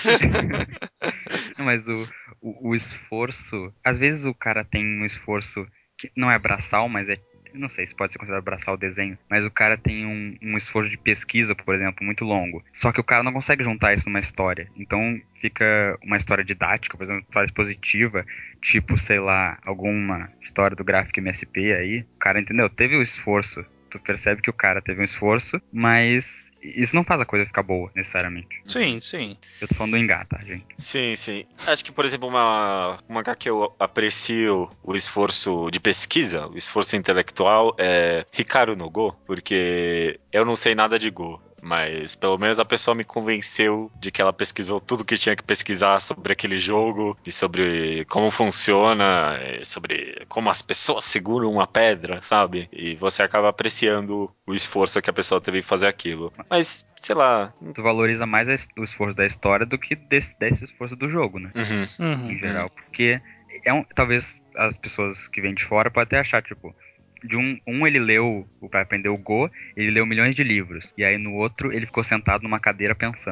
Não, mas o, o, o esforço. Às vezes o cara tem um esforço que não é braçal, mas é. Não sei se pode ser considerado braçal o desenho, mas o cara tem um, um esforço de pesquisa, por exemplo, muito longo. Só que o cara não consegue juntar isso numa história. Então fica uma história didática, por exemplo, uma história expositiva, tipo, sei lá, alguma história do Graphic M S P aí. O cara, entendeu? Teve o esforço. Tu percebe que o cara teve um esforço, mas isso não faz a coisa ficar boa, necessariamente. Sim, sim. Eu tô falando do engar, tá, gente? Sim, sim. Acho que, por exemplo, uma, uma H que eu aprecio o esforço de pesquisa, o esforço intelectual, é Hikaru no Go, porque eu não sei nada de Go. Mas pelo menos a pessoa me convenceu de que ela pesquisou tudo que tinha que pesquisar sobre aquele jogo e sobre como funciona, e sobre como as pessoas seguram uma pedra, sabe? E você acaba apreciando o esforço que a pessoa teve em fazer aquilo. Mas, sei lá. Tu valoriza mais a es- o esforço da história do que desse, desse esforço do jogo, né? Uhum. Uhum. Em geral. Porque é um, talvez as pessoas que vêm de fora podem até achar, tipo, de um, um ele leu, para aprender o Go, ele leu milhões de livros. E aí no outro ele ficou sentado numa cadeira pensando.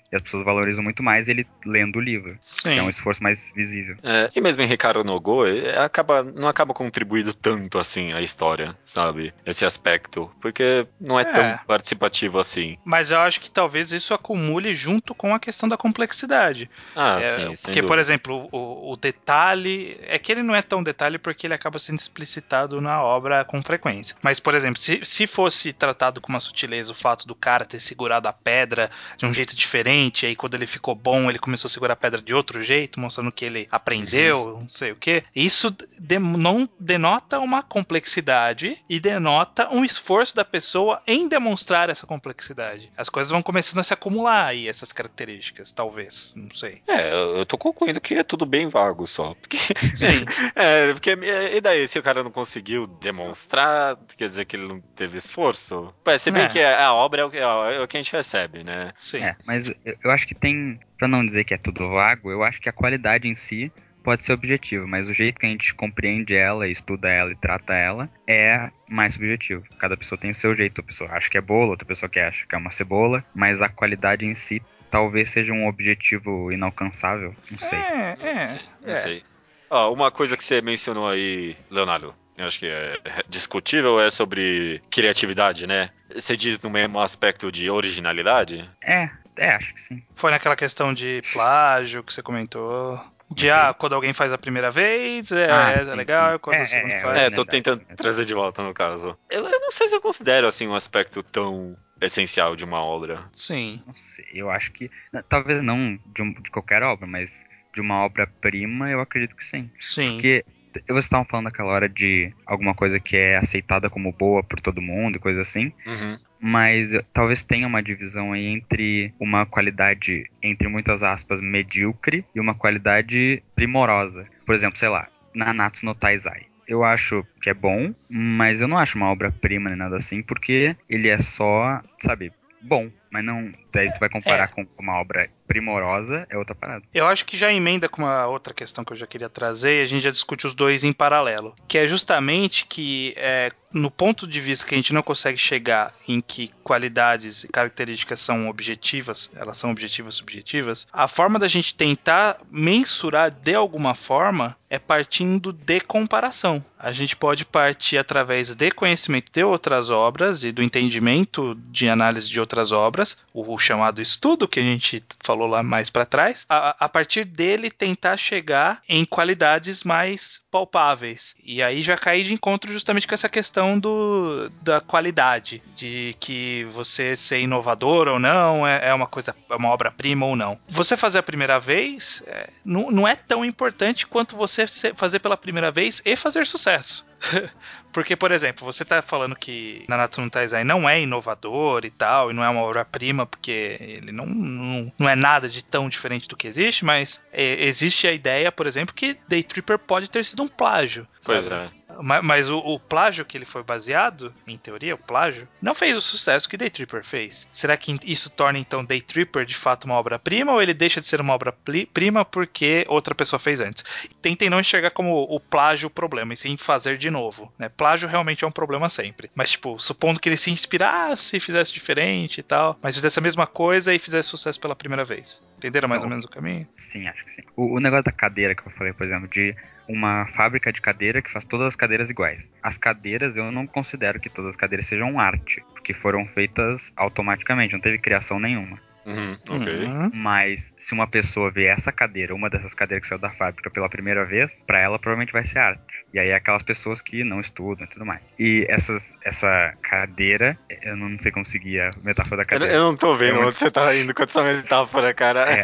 E as pessoas valorizam muito mais ele lendo o livro. Sim. Que é um esforço mais visível. É, e mesmo em Hikaru no Go, é, acaba, não acaba contribuindo tanto assim à história, sabe? Esse aspecto. Porque não é, É. tão participativo assim. Mas eu acho que talvez isso acumule junto com a questão da complexidade. Ah, É, sim, sem porque, por dúvida. exemplo, o, o detalhe. É que ele não é tão detalhe porque ele acaba sendo explicitado na obra com frequência. Mas, por exemplo, se, se fosse tratado com uma sutileza o fato do cara ter segurado a pedra de um jeito diferente, aí quando ele ficou bom, ele começou a segurar a pedra de outro jeito, mostrando que ele aprendeu, Uhum. não sei o quê. Isso de, não denota uma complexidade e denota um esforço da pessoa em demonstrar essa complexidade. As coisas vão começando a se acumular aí, essas características, talvez, não sei. É, eu eu tô concluindo que é tudo bem vago só. Porque, Sim. é, porque e daí, se o cara não conseguiu demonstrar, quer dizer que ele não teve esforço? Pô, se bem É. que a obra é o, que- é o que a gente recebe, né? Sim. É, mas eu, eu acho que tem, pra não dizer que é tudo vago, eu acho que a qualidade em si pode ser objetiva, mas o jeito que a gente compreende ela, estuda ela e trata ela é mais subjetivo. Cada pessoa tem o seu jeito, a pessoa acha que é bolo, outra pessoa que acha que é uma cebola, mas a qualidade em si talvez seja um objetivo inalcançável, não sei. É, Não é. sei, não é. sei. Ó, uma coisa que você mencionou aí, Leonardo, eu acho que é discutível, é sobre criatividade, né? Você diz no mesmo aspecto de originalidade? É, é, acho que sim. Foi naquela questão de plágio que você comentou. De, Comentei. ah, quando alguém faz a primeira vez, é, Ah, é sim, legal, sim. quando É, o segundo é, é, faz. É, tô originalidade, tentando isso mesmo. trazer de volta no caso. Eu, eu não sei se eu considero assim um aspecto tão essencial de uma obra. Sim. Não sei, eu acho que. n- Talvez não de, um- de qualquer obra, mas de uma obra-prima, eu acredito que sim. Sim. Porque t- vocês estavam falando naquela hora de alguma coisa que é aceitada como boa por todo mundo e coisa assim. Uhum. Mas eh, talvez tenha uma divisão aí entre uma qualidade, entre muitas aspas, medíocre e uma qualidade primorosa. Por exemplo, sei lá, Nanatsu no Taizai. Eu acho que é bom, mas eu não acho uma obra-prima nem nada assim, porque ele é só, sabe, bom. Mas não. Daí tu vai comparar É. com uma obra primorosa, é outra parada. Eu acho que já emenda com uma outra questão que eu já queria trazer, e a gente já discute os dois em paralelo. Que é justamente que, é, no ponto de vista que a gente não consegue chegar em que qualidades e características são objetivas, elas são objetivas subjetivas, a forma da gente tentar mensurar de alguma forma é partindo de comparação. A gente pode partir através de conhecimento de outras obras e do entendimento de análise de outras obras, o chamado estudo que a gente falou lá mais para trás, a, a partir dele tentar chegar em qualidades mais palpáveis. E aí já cair de encontro justamente com essa questão do, da qualidade, de que você ser inovador ou não, é, é uma coisa, é uma obra-prima ou não. Você fazer a primeira vez é, não, não é tão importante quanto você fazer pela primeira vez e fazer sucesso. Porque, por exemplo, você tá falando que Nanatsu no Taizai não é inovador e tal, e não é uma obra-prima, porque ele não, não, não é nada de tão diferente do que existe, mas é, existe a ideia, por exemplo, que Day Tripper pode ter sido um plágio. Pois sabe? é. Mas, mas o, o plágio que ele foi baseado, em teoria, o plágio, não fez o sucesso que Day Tripper fez. Será que isso torna, então, Day Tripper de fato uma obra-prima, ou ele deixa de ser uma obra-prima porque outra pessoa fez antes? Tentem não enxergar como o plágio o problema, e sim fazer de novo, né? Plágio realmente é um problema sempre. Mas, tipo, supondo que ele se inspirasse e fizesse diferente e tal, mas fizesse a mesma coisa e fizesse sucesso pela primeira vez. Entenderam mais Então, ou menos o caminho? sim, acho que sim. O, o negócio da cadeira que eu falei, por exemplo, de uma fábrica de cadeira que faz todas as cadeiras iguais. As cadeiras, eu não considero que todas as cadeiras sejam arte, porque foram feitas automaticamente, não teve criação nenhuma. Uhum, ok. Uhum. Mas se uma pessoa vê essa cadeira, uma dessas cadeiras que saiu da fábrica pela primeira vez, pra ela provavelmente vai ser arte. E aí é aquelas pessoas que não estudam e tudo mais. E essas, essa cadeira, eu não sei como seguir a metáfora da Eu, cadeira. eu não tô vendo É uma- onde você tá indo com essa metáfora, cara. É.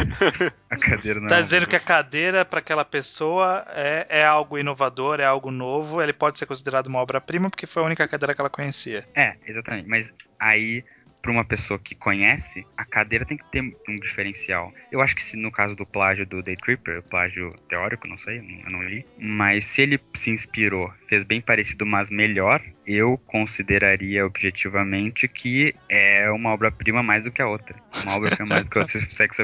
A cadeira não é Tá uma dizendo que a cadeira para aquela pessoa é, é algo inovador, é algo novo, ele pode ser considerado uma obra-prima porque foi a única cadeira que ela conhecia. É, exatamente. Mas aí, para uma pessoa que conhece, a cadeira tem que ter um diferencial. Eu acho que se no caso do plágio do Day Tripper, o plágio teórico, não sei, eu não li, mas se ele se inspirou, fez bem parecido, mas melhor, eu consideraria objetivamente que é uma obra-prima mais do que a outra. Uma obra-prima mais do que a outra, se é que isso é possível.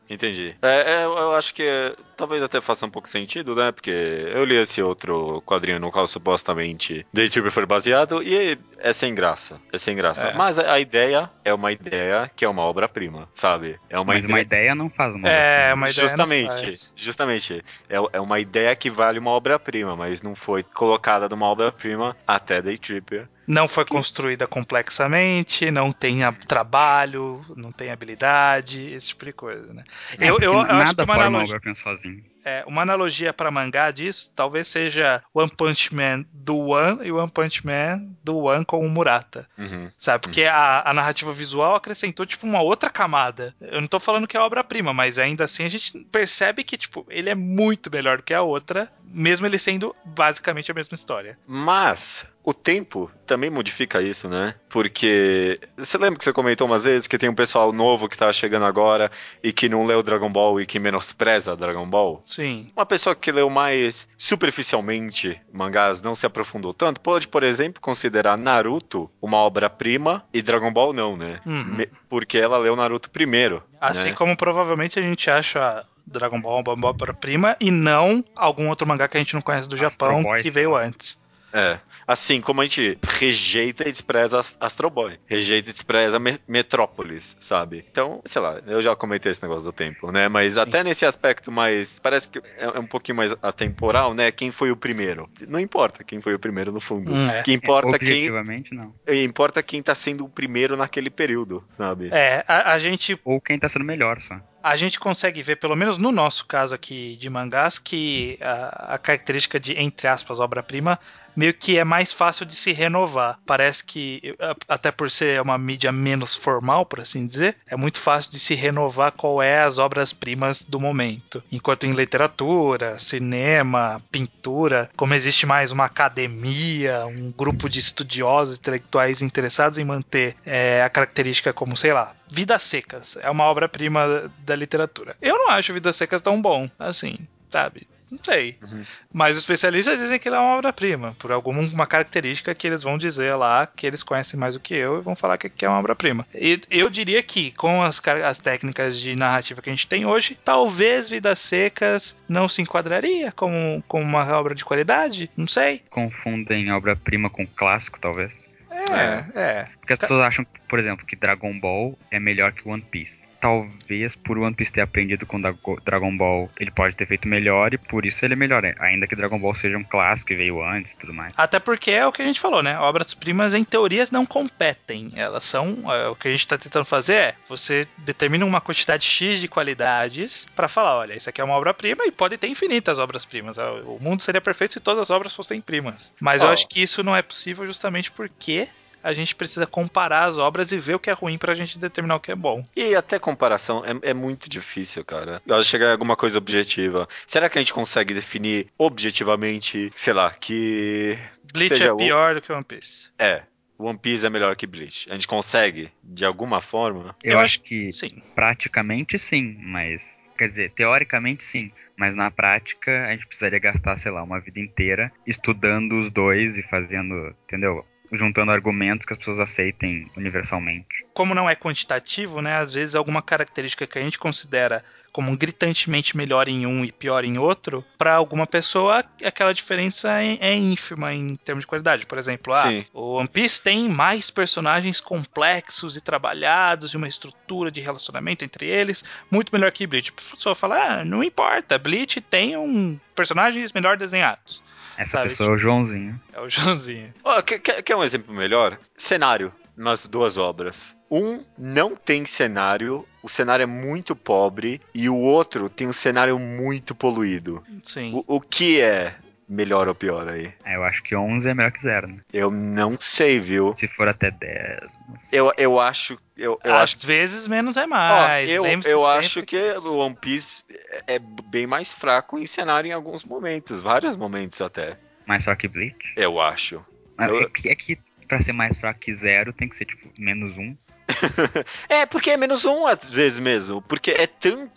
Entendi. É, é, eu acho que é, talvez até faça um pouco sentido, né? Porque eu li esse outro quadrinho no qual supostamente Day Tripper foi baseado e é sem graça. É sem graça. É. Mas a, a ideia é uma ideia que é uma obra-prima, sabe? É uma Mas uma ideia. ideia não faz uma É, obra-prima. uma ideia não Justamente, faz. justamente. É, é uma ideia que vale uma obra-prima, mas não foi colocada numa obra-prima até Day Tripper. Não foi Que- construída complexamente, não tem a- trabalho, não tem habilidade, esse tipo de coisa, né? É, Eu, porque eu, eu acho que nada uma forma uma analogia, obra-prima sozinho. é, uma analogia para mangá disso talvez seja One Punch Man do One e One Punch Man do One com o Murata. Uhum. Sabe? Porque a, a narrativa visual acrescentou, tipo, uma outra camada. Eu não tô falando que é obra-prima, mas ainda assim a gente percebe que, tipo, ele é muito melhor do que a outra, mesmo ele sendo basicamente a mesma história. Mas o tempo também modifica isso, né? Porque você lembra que você comentou umas vezes que tem um pessoal novo que tá chegando agora e que não leu Dragon Ball e que menospreza Dragon Ball? Sim. Uma pessoa que leu mais superficialmente mangás, não se aprofundou tanto, pode, por exemplo, considerar Naruto uma obra-prima e Dragon Ball não, né? Uhum. Me- Porque ela leu Naruto primeiro, Assim né? como provavelmente a gente acha Dragon Ball uma obra-prima e não algum outro mangá que a gente não conhece do Astro Japão Boy, que sei veio lá. antes. É. Assim como a gente rejeita e despreza Ast- Astro Boy. Rejeita e despreza Me- Metrópolis, sabe? Então, sei lá, eu já comentei esse negócio do tempo, né? Mas Sim. até nesse aspecto mais. Parece que é é um pouquinho mais atemporal, né? Quem foi o primeiro? Não importa quem foi o primeiro no fundo. Hum, é. Que É, importa quem. objetivamente, não. Importa quem tá sendo o primeiro naquele período, sabe? É, a, a gente Ou quem tá sendo melhor só. a gente consegue ver, pelo menos no nosso caso aqui de mangás, que a, a característica de, entre aspas, obra-prima, meio que é mais fácil de se renovar. Parece que, a- até por ser uma mídia menos formal, por assim dizer, é muito fácil de se renovar qual é as obras-primas do momento. Enquanto em literatura, cinema, pintura, como existe mais uma academia, um grupo de estudiosos intelectuais interessados em manter é, a característica como, sei lá, Vidas Secas é uma obra-prima da literatura. Eu não acho Vidas Secas tão bom, assim, sabe? Não sei. Uhum. Mas os especialistas dizem que ele é uma obra-prima, por alguma característica que eles vão dizer lá, que eles conhecem mais do que eu, e vão falar que é uma obra-prima. E eu diria que, com as, as técnicas de narrativa que a gente tem hoje, talvez Vidas Secas não se enquadraria como, como uma obra de qualidade, não sei. Confundem obra-prima com clássico, talvez. É, é. Porque as pessoas acham, por exemplo, que Dragon Ball é melhor que One Piece. Talvez por One Piece ter aprendido com Dago- Dragon Ball, ele pode ter feito melhor e por isso ele é melhor. Ainda que Dragon Ball seja um clássico e veio antes e tudo mais. Até porque é o que a gente falou, né? Obras-primas, em teoria, não competem. Elas são. É, o que a gente está tentando fazer é você determina uma quantidade X de qualidades para falar: olha, isso aqui é uma obra-prima e pode ter infinitas obras-primas. O mundo seria perfeito se todas as obras fossem primas. Mas eu Ó. acho que isso não é possível justamente porque a gente precisa comparar as obras e ver o que é ruim pra gente determinar o que é bom. E até comparação é, é muito difícil, cara. Eu acho que chegar em alguma coisa objetiva. Será que a gente consegue definir objetivamente, sei lá, que. Bleach seja é o- pior do que One Piece. É, One Piece é melhor que Bleach. A gente consegue, de alguma forma? Eu, Eu acho acho- que Sim. praticamente sim, mas. Quer dizer, teoricamente sim. Mas na prática a gente precisaria gastar, sei lá, uma vida inteira estudando os dois e fazendo, entendeu? Juntando argumentos que as pessoas aceitem universalmente. Como não é quantitativo, né? Às vezes alguma característica que a gente considera como gritantemente melhor em um e pior em outro, para alguma pessoa aquela diferença é, é ínfima em termos de qualidade. Por exemplo, ah, Sim. o One Piece tem mais personagens complexos e trabalhados e uma estrutura de relacionamento entre eles muito melhor que Bleach. A pessoa fala, ah, não importa, Bleach tem um personagens melhor desenhados. Essa Sabe? pessoa é o Joãozinho. É o Joãozinho. Ó, quer, quer- quer um exemplo melhor? Cenário nas duas obras. Um não tem cenário, o cenário é muito pobre, e o outro tem um cenário muito poluído. Sim. O, o que é melhor ou pior aí? É, eu acho que onze é melhor que zero, né? Eu não sei, viu? Se for até dez. Não sei. Eu, eu acho. Eu, eu Às acho. vezes menos é Ó, mais. eu, Lembre-se eu sempre acho que isso. o One Piece é é bem mais fraco em cenário em alguns momentos, vários momentos até. Mais fraco que Bleach. Eu acho. Mas Eu- É que, é que pra ser mais fraco que zero tem que ser tipo menos um. É, porque é menos um às vezes mesmo. Porque é tanto que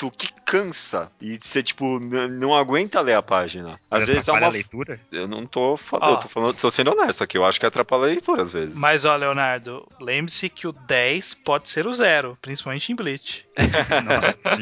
cansa e você, tipo, n- não aguenta ler a página. Às Mas vezes é atrapalha uma. a leitura? Eu não tô falando, Ó. eu tô falando, tô sendo honesto aqui, eu acho que atrapalha a leitura às vezes. Mas, ó, Leonardo, lembre-se que o dez pode ser o zero, principalmente em Bleach. Nossa, sim.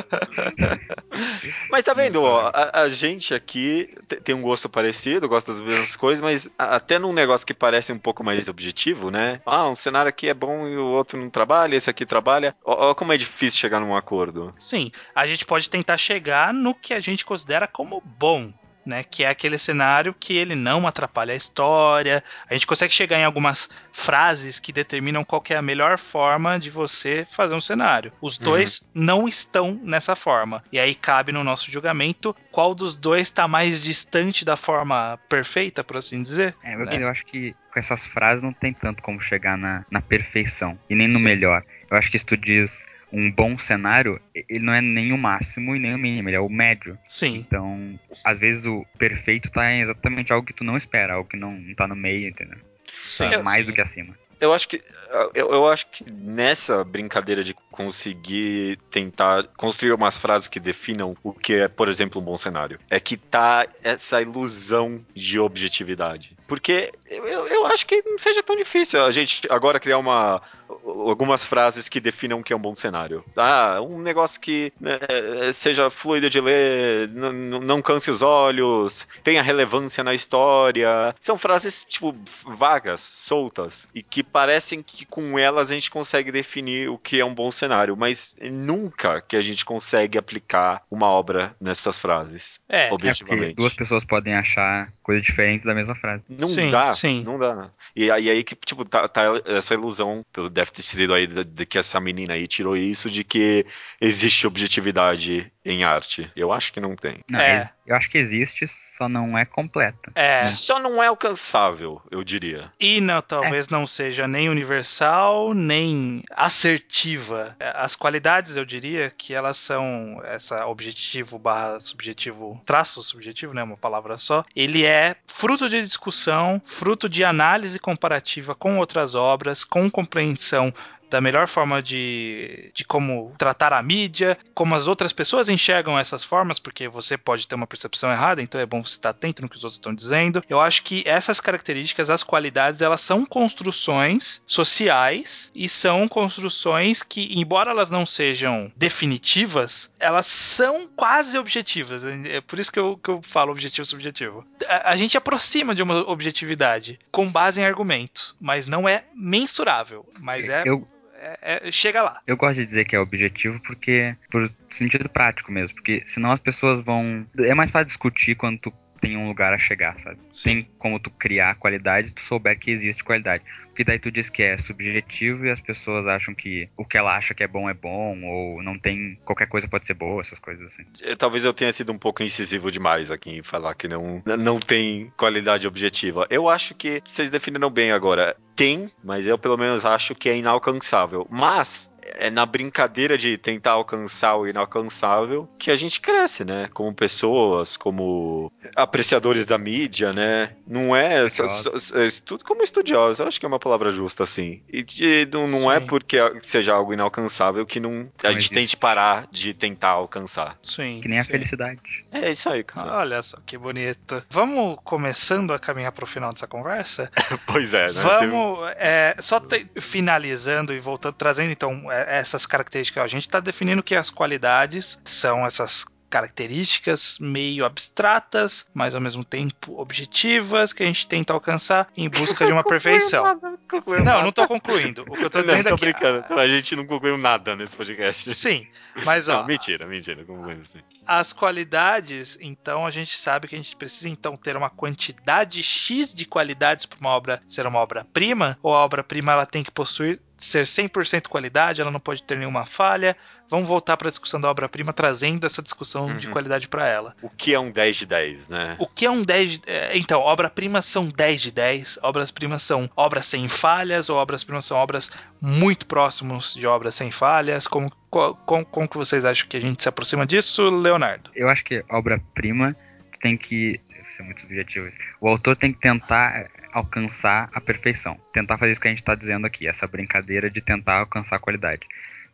Mas tá vendo, Muito ó, legal. a, a gente aqui te- tem um gosto parecido, gosta das mesmas coisas, mas a- até num negócio que parece um pouco mais objetivo, né? Ah, um cenário aqui é bom e o outro não trabalha, esse aqui trabalha. Ó, ó como é difícil chegar num acordo. Sim, a gente pode tentar chegar no que a gente considera como bom, né? Que é aquele cenário que ele não atrapalha a história. A gente consegue chegar em algumas frases que determinam qual que é a melhor forma de você fazer um cenário. Os dois não estão nessa forma. E aí cabe no nosso julgamento qual dos dois está mais distante da forma perfeita, por assim dizer. É, né? eu acho que com essas frases não tem tanto como chegar na, na perfeição. E nem no Sim. melhor. Eu acho que se tu diz um bom cenário, ele não é nem o máximo e nem o mínimo, ele é o médio. Sim. Então, às vezes o perfeito tá em exatamente algo que tu não espera, algo que não, não tá no meio, entendeu? Sim. Tá mais sim. do que acima. Eu acho que eu, eu acho que nessa brincadeira de conseguir tentar construir umas frases que definam o que é, por exemplo, um bom cenário, é que tá essa ilusão de objetividade. Porque eu, eu, eu acho que não seja tão difícil a gente agora criar uma algumas frases que definam o que é um bom cenário. Ah, um negócio que né, seja fluido de ler, não, não canse os olhos, tenha relevância na história. São frases, tipo, vagas, soltas, e que parecem que com elas a gente consegue definir o que é um bom cenário, mas nunca que a gente consegue aplicar uma obra nessas frases. É. É porque Objetivamente. duas pessoas podem achar coisas diferentes da mesma frase. Não Sim, dá, sim. não dá. E aí, aí que, tipo, tá, tá essa ilusão, deve ter sido aí de, de que essa menina aí tirou isso, de que existe objetividade em arte. Eu acho que não tem. Não, É. ex- eu acho que existe, só não é completa. É. Só não é alcançável, eu diria. E não, talvez não seja nem universal, nem assertiva. As qualidades, eu diria, que elas são essa objetivo barra subjetivo, traço subjetivo, né, uma palavra só. Ele é fruto de discussão, fruto de análise comparativa com outras obras, com compreensão da melhor forma de, de como tratar a mídia, como as outras pessoas enxergam essas formas, porque você pode ter uma percepção errada, então é bom você estar atento no que os outros estão dizendo. Eu acho que essas características, as qualidades, elas são construções sociais e são construções que, embora elas não sejam definitivas, elas são quase objetivas. É por isso que eu, que eu falo objetivo subjetivo. A, a gente aproxima de uma objetividade com base em argumentos, mas não é mensurável, mas é Eu, É, é, chega lá. eu gosto de dizer que é objetivo porque por sentido prático mesmo, porque senão as pessoas vão. É mais fácil discutir quando tu tem um lugar a chegar, sabe? Sim. Tem como tu criar qualidade se tu souber que existe qualidade. Porque daí tu diz que é subjetivo e as pessoas acham que o que ela acha que é bom é bom, ou não tem. Qualquer coisa pode ser boa, essas coisas assim. Talvez eu tenha sido um pouco incisivo demais aqui em falar que não, não tem qualidade objetiva. Eu acho que vocês definiram bem agora. Tem, mas eu pelo menos acho que é inalcançável. Mas é na brincadeira de tentar alcançar o inalcançável que a gente cresce, né? Como pessoas, como apreciadores da mídia, né? Não é só, só, só, estudo como estudiosos, eu acho que é uma palavra justa assim. E de, não, não é porque seja algo inalcançável que não, a gente tem de parar de tentar alcançar. Sim. Que nem a sim. felicidade. É isso aí, cara. Olha só que bonito. Vamos começando a caminhar para o final dessa conversa? Pois é, né? Vamos, Temos... é, só te, finalizando e voltando, trazendo então é, essas características. A gente está definindo que as qualidades são essas características meio abstratas, mas ao mesmo tempo objetivas, que a gente tenta alcançar em busca de uma perfeição. Nada, não, nada. não tô concluindo. O que eu tô dizendo não, tô é que... brincando. A... a gente não concluiu nada nesse podcast. Sim, mas não, ó... mentira, mentira. Concluindo assim. As qualidades, então, a gente sabe que a gente precisa então ter uma quantidade X de qualidades para uma obra ser uma obra-prima, ou a obra-prima ela tem que possuir ser cem por cento qualidade, ela não pode ter nenhuma falha. Vamos voltar para a discussão da obra-prima, trazendo essa discussão uhum. de qualidade para ela. O que é um dez de dez, né? O que é um dez de... Então, obra-prima são dez de dez, obras-primas são obras sem falhas, ou obras-primas são obras muito próximas de obras sem falhas. Como, como, como que vocês acham que a gente se aproxima disso, Leonardo? Eu acho que obra-prima tem que... Isso é muito subjetivo. O autor tem que tentar alcançar a perfeição. Tentar fazer isso que a gente está dizendo aqui, essa brincadeira de tentar alcançar a qualidade.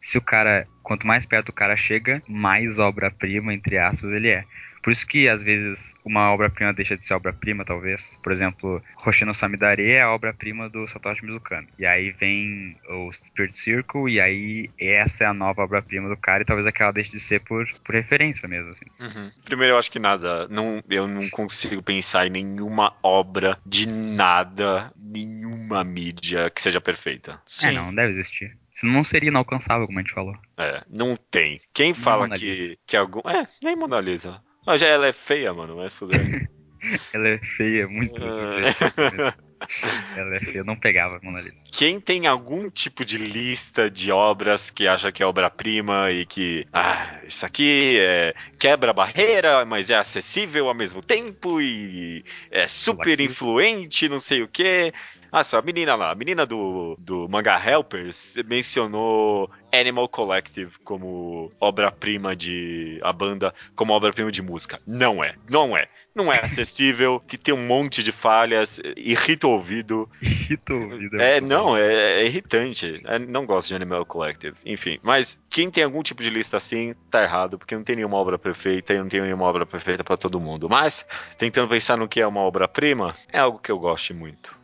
se o cara, quanto mais perto o cara chega, mais obra-prima, entre aspas, ele é. Por isso que, às vezes, uma obra-prima deixa de ser obra-prima, talvez. Por exemplo, Hoshino Samidare é a obra-prima do Satoshi Mizukami. E aí vem o Spirit Circle, e aí essa é a nova obra-prima do cara, e talvez aquela deixe de ser por, por referência mesmo, assim. Uhum. Primeiro, eu acho que nada, não, eu não consigo pensar em nenhuma obra de nada, nenhuma mídia que seja perfeita. Sim. É, não, não deve existir. Senão não seria inalcançável, como a gente falou. É, não tem. Quem Nem fala Mona Lisa. que, que algum... É, nem Mona Lisa. Ah, já ela é feia, mano, mas fuder. Ela é feia, muito subjetiva isso mesmo. Ela é feia, eu não pegava a Mona Lisa. Quem tem algum tipo de lista de obras que acha que é obra-prima e que, ah, isso aqui é, quebra a barreira, mas é acessível ao mesmo tempo e é super Lucky. influente, não sei o quê. Ah, só a menina lá, a menina do, do Manga Helpers mencionou Animal Collective como obra-prima de... a banda como obra-prima de música. Não é, não é. Não é acessível, que tem um monte de falhas, irrita o ouvido. Irrita o ouvido, É, muito bom. não, é, é irritante. Eu não gosto de Animal Collective. Enfim, mas quem tem algum tipo de lista assim, tá errado, porque não tem nenhuma obra perfeita e não tem nenhuma obra perfeita pra todo mundo. Mas, tentando pensar no que é uma obra-prima, é algo que eu gosto muito.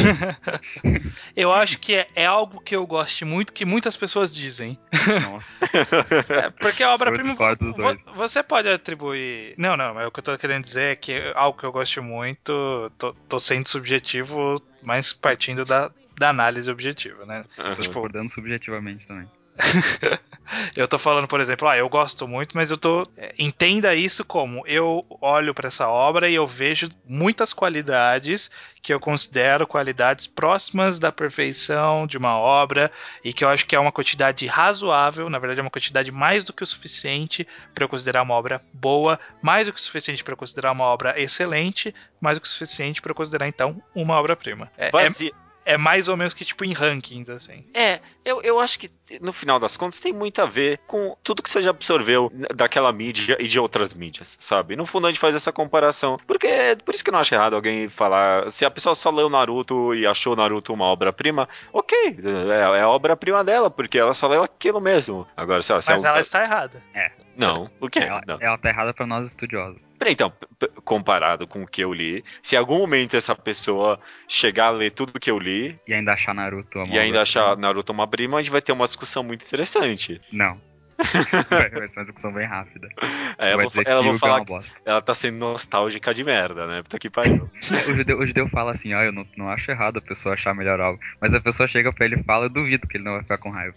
Eu acho que é, é algo que eu gosto muito, que muitas pessoas dizem. Nossa, É, porque a eu obra-prima, discordo dos vo- dois. você pode atribuir... Não, não, mas o que eu tô querendo dizer é que é algo que eu gosto muito, tô, tô sendo subjetivo, mas partindo da, da análise objetiva, né? Tô Uhum. discordando subjetivamente também. Eu tô falando, por exemplo, ah, eu gosto muito, mas eu tô... é, entenda isso como, eu olho pra essa obra e eu vejo muitas qualidades que eu considero qualidades próximas da perfeição de uma obra e que eu acho que é uma quantidade razoável, na verdade é uma quantidade mais do que o suficiente para eu considerar uma obra boa, mais do que o suficiente para eu considerar uma obra excelente, mais do que o suficiente para eu considerar, então, uma obra-prima. É, é, Base... é mais ou menos que tipo em rankings, assim. É, eu, eu acho que no final das contas tem muito a ver com tudo que você já absorveu daquela mídia e de outras mídias, sabe? No fundo a gente faz essa comparação. Porque por isso que eu não acho errado alguém falar. Se a pessoa só leu Naruto e achou Naruto uma obra-prima, ok, é, é a obra-prima dela, porque ela só leu aquilo mesmo. Agora, sei lá, se Mas ela... ela está errada. É, Não, o quê? ela, Não. ela tá errada pra nós estudiosos. Peraí, então, p- comparado com o que eu li, se em algum momento essa pessoa chegar a ler tudo que eu li E ainda achar Naruto uma e ainda achar obra-prima? Naruto uma prima, a gente vai ter uma discussão muito interessante. Não. Vai vai ser uma discussão bem rápida. É, Tu eu vai vou fa- dizer ela que vai Hyuga é falar uma que bosta. ela tá sendo nostálgica de merda, né? Puta que pariu. É, o, judeu, o judeu fala assim, ah, eu não, não acho errado a pessoa achar melhor algo. Mas a pessoa chega pra ele e fala, eu duvido que ele não vai ficar com raiva.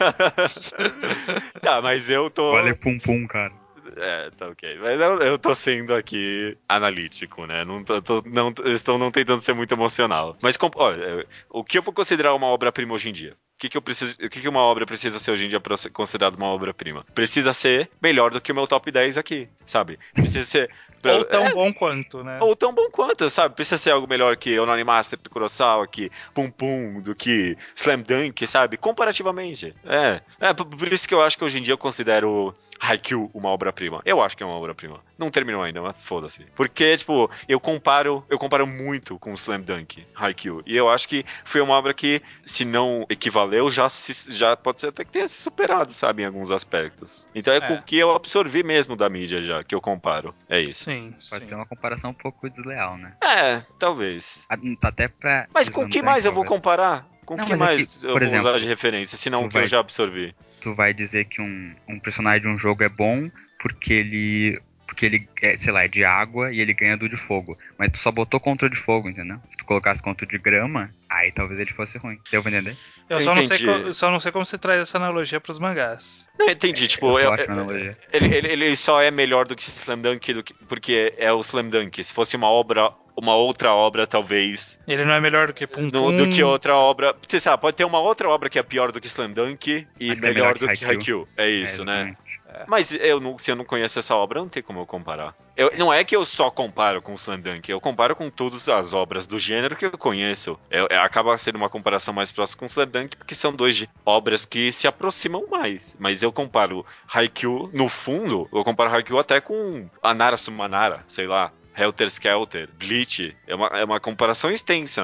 Tá, mas eu Olha tô. pum pum, cara. É, tá ok. Mas eu, eu tô sendo aqui analítico, né? Não tô, tô- não, eu estou não tentando ser muito emocional. Mas, com- olha, o que eu vou considerar uma obra-prima hoje em dia? O que, que eu preciso, o que, que uma obra precisa ser hoje em dia para ser considerada uma obra-prima? Precisa ser melhor do que o meu top dez aqui, sabe? Precisa ser. pra- Ou tão é, bom quanto, né? ou tão bom quanto, sabe? Precisa ser algo melhor que Onani Master do Kurosawa, que Pum Pum, do que Slam Dunk, sabe? Comparativamente. É. É, por, por isso que eu acho que hoje em dia eu considero Haikyuu uma obra-prima. Eu acho que é uma obra-prima. Não terminou ainda, mas foda-se. Porque, tipo, eu comparo, eu comparo muito com Slam Dunk, Haikyuu. E eu acho que foi uma obra que, se não equivaleu, já, se, já pode ser até que tenha se superado, sabe? Em alguns aspectos. Então é, com É. o que eu absorvi mesmo da mídia já, que eu comparo. É isso. Sim, Pode sim. ser uma comparação um pouco desleal, né? É, talvez. A- Até pra. Mas com o Slam que Dunk, mais eu vou talvez. comparar? Com o Não, que mas é que, mais eu por vou exemplo, usar de referência, se não tu o que eu vai- já absorvi? Tu vai dizer que um, um personagem de um jogo é bom porque ele. Porque ele, é, sei lá, é de água e ele ganha do de fogo. Mas tu só botou contra o de fogo, entendeu? Se tu colocasse contra o de grama, aí talvez ele fosse ruim. Deu pra entender? Eu Eu só não, sei entendi. co- só não sei como você traz essa analogia pros mangás. Não, entendi, Eu tipo, sou eu- ótima eu- analogia. ele, ele, ele só é melhor do que Slam Dunk do que- porque é o Slam Dunk. Se fosse uma obra, uma outra obra, talvez, Ele não é melhor do que Pum no- do que Pum. outra obra. Você sabe, pode ter uma outra obra que é pior do que Slam Dunk e Mas que é melhor melhor do que que Haikyuu. Haikyuu. É É, isso, né? exatamente. Mas eu não, se eu não conheço essa obra, não tem como eu comparar. Eu, não é que eu só comparo com o Slam Dunk, eu comparo com todas as obras do gênero que eu conheço. Eu, eu- acaba sendo uma comparação mais próxima com o Slam Dunk, porque são dois de- obras que se aproximam mais. Mas eu comparo Haikyuu, no fundo, eu comparo Haikyuu até com Anara Sumanara, sei lá, Helter Skelter, Bleach. É uma, é uma comparação extensa, né?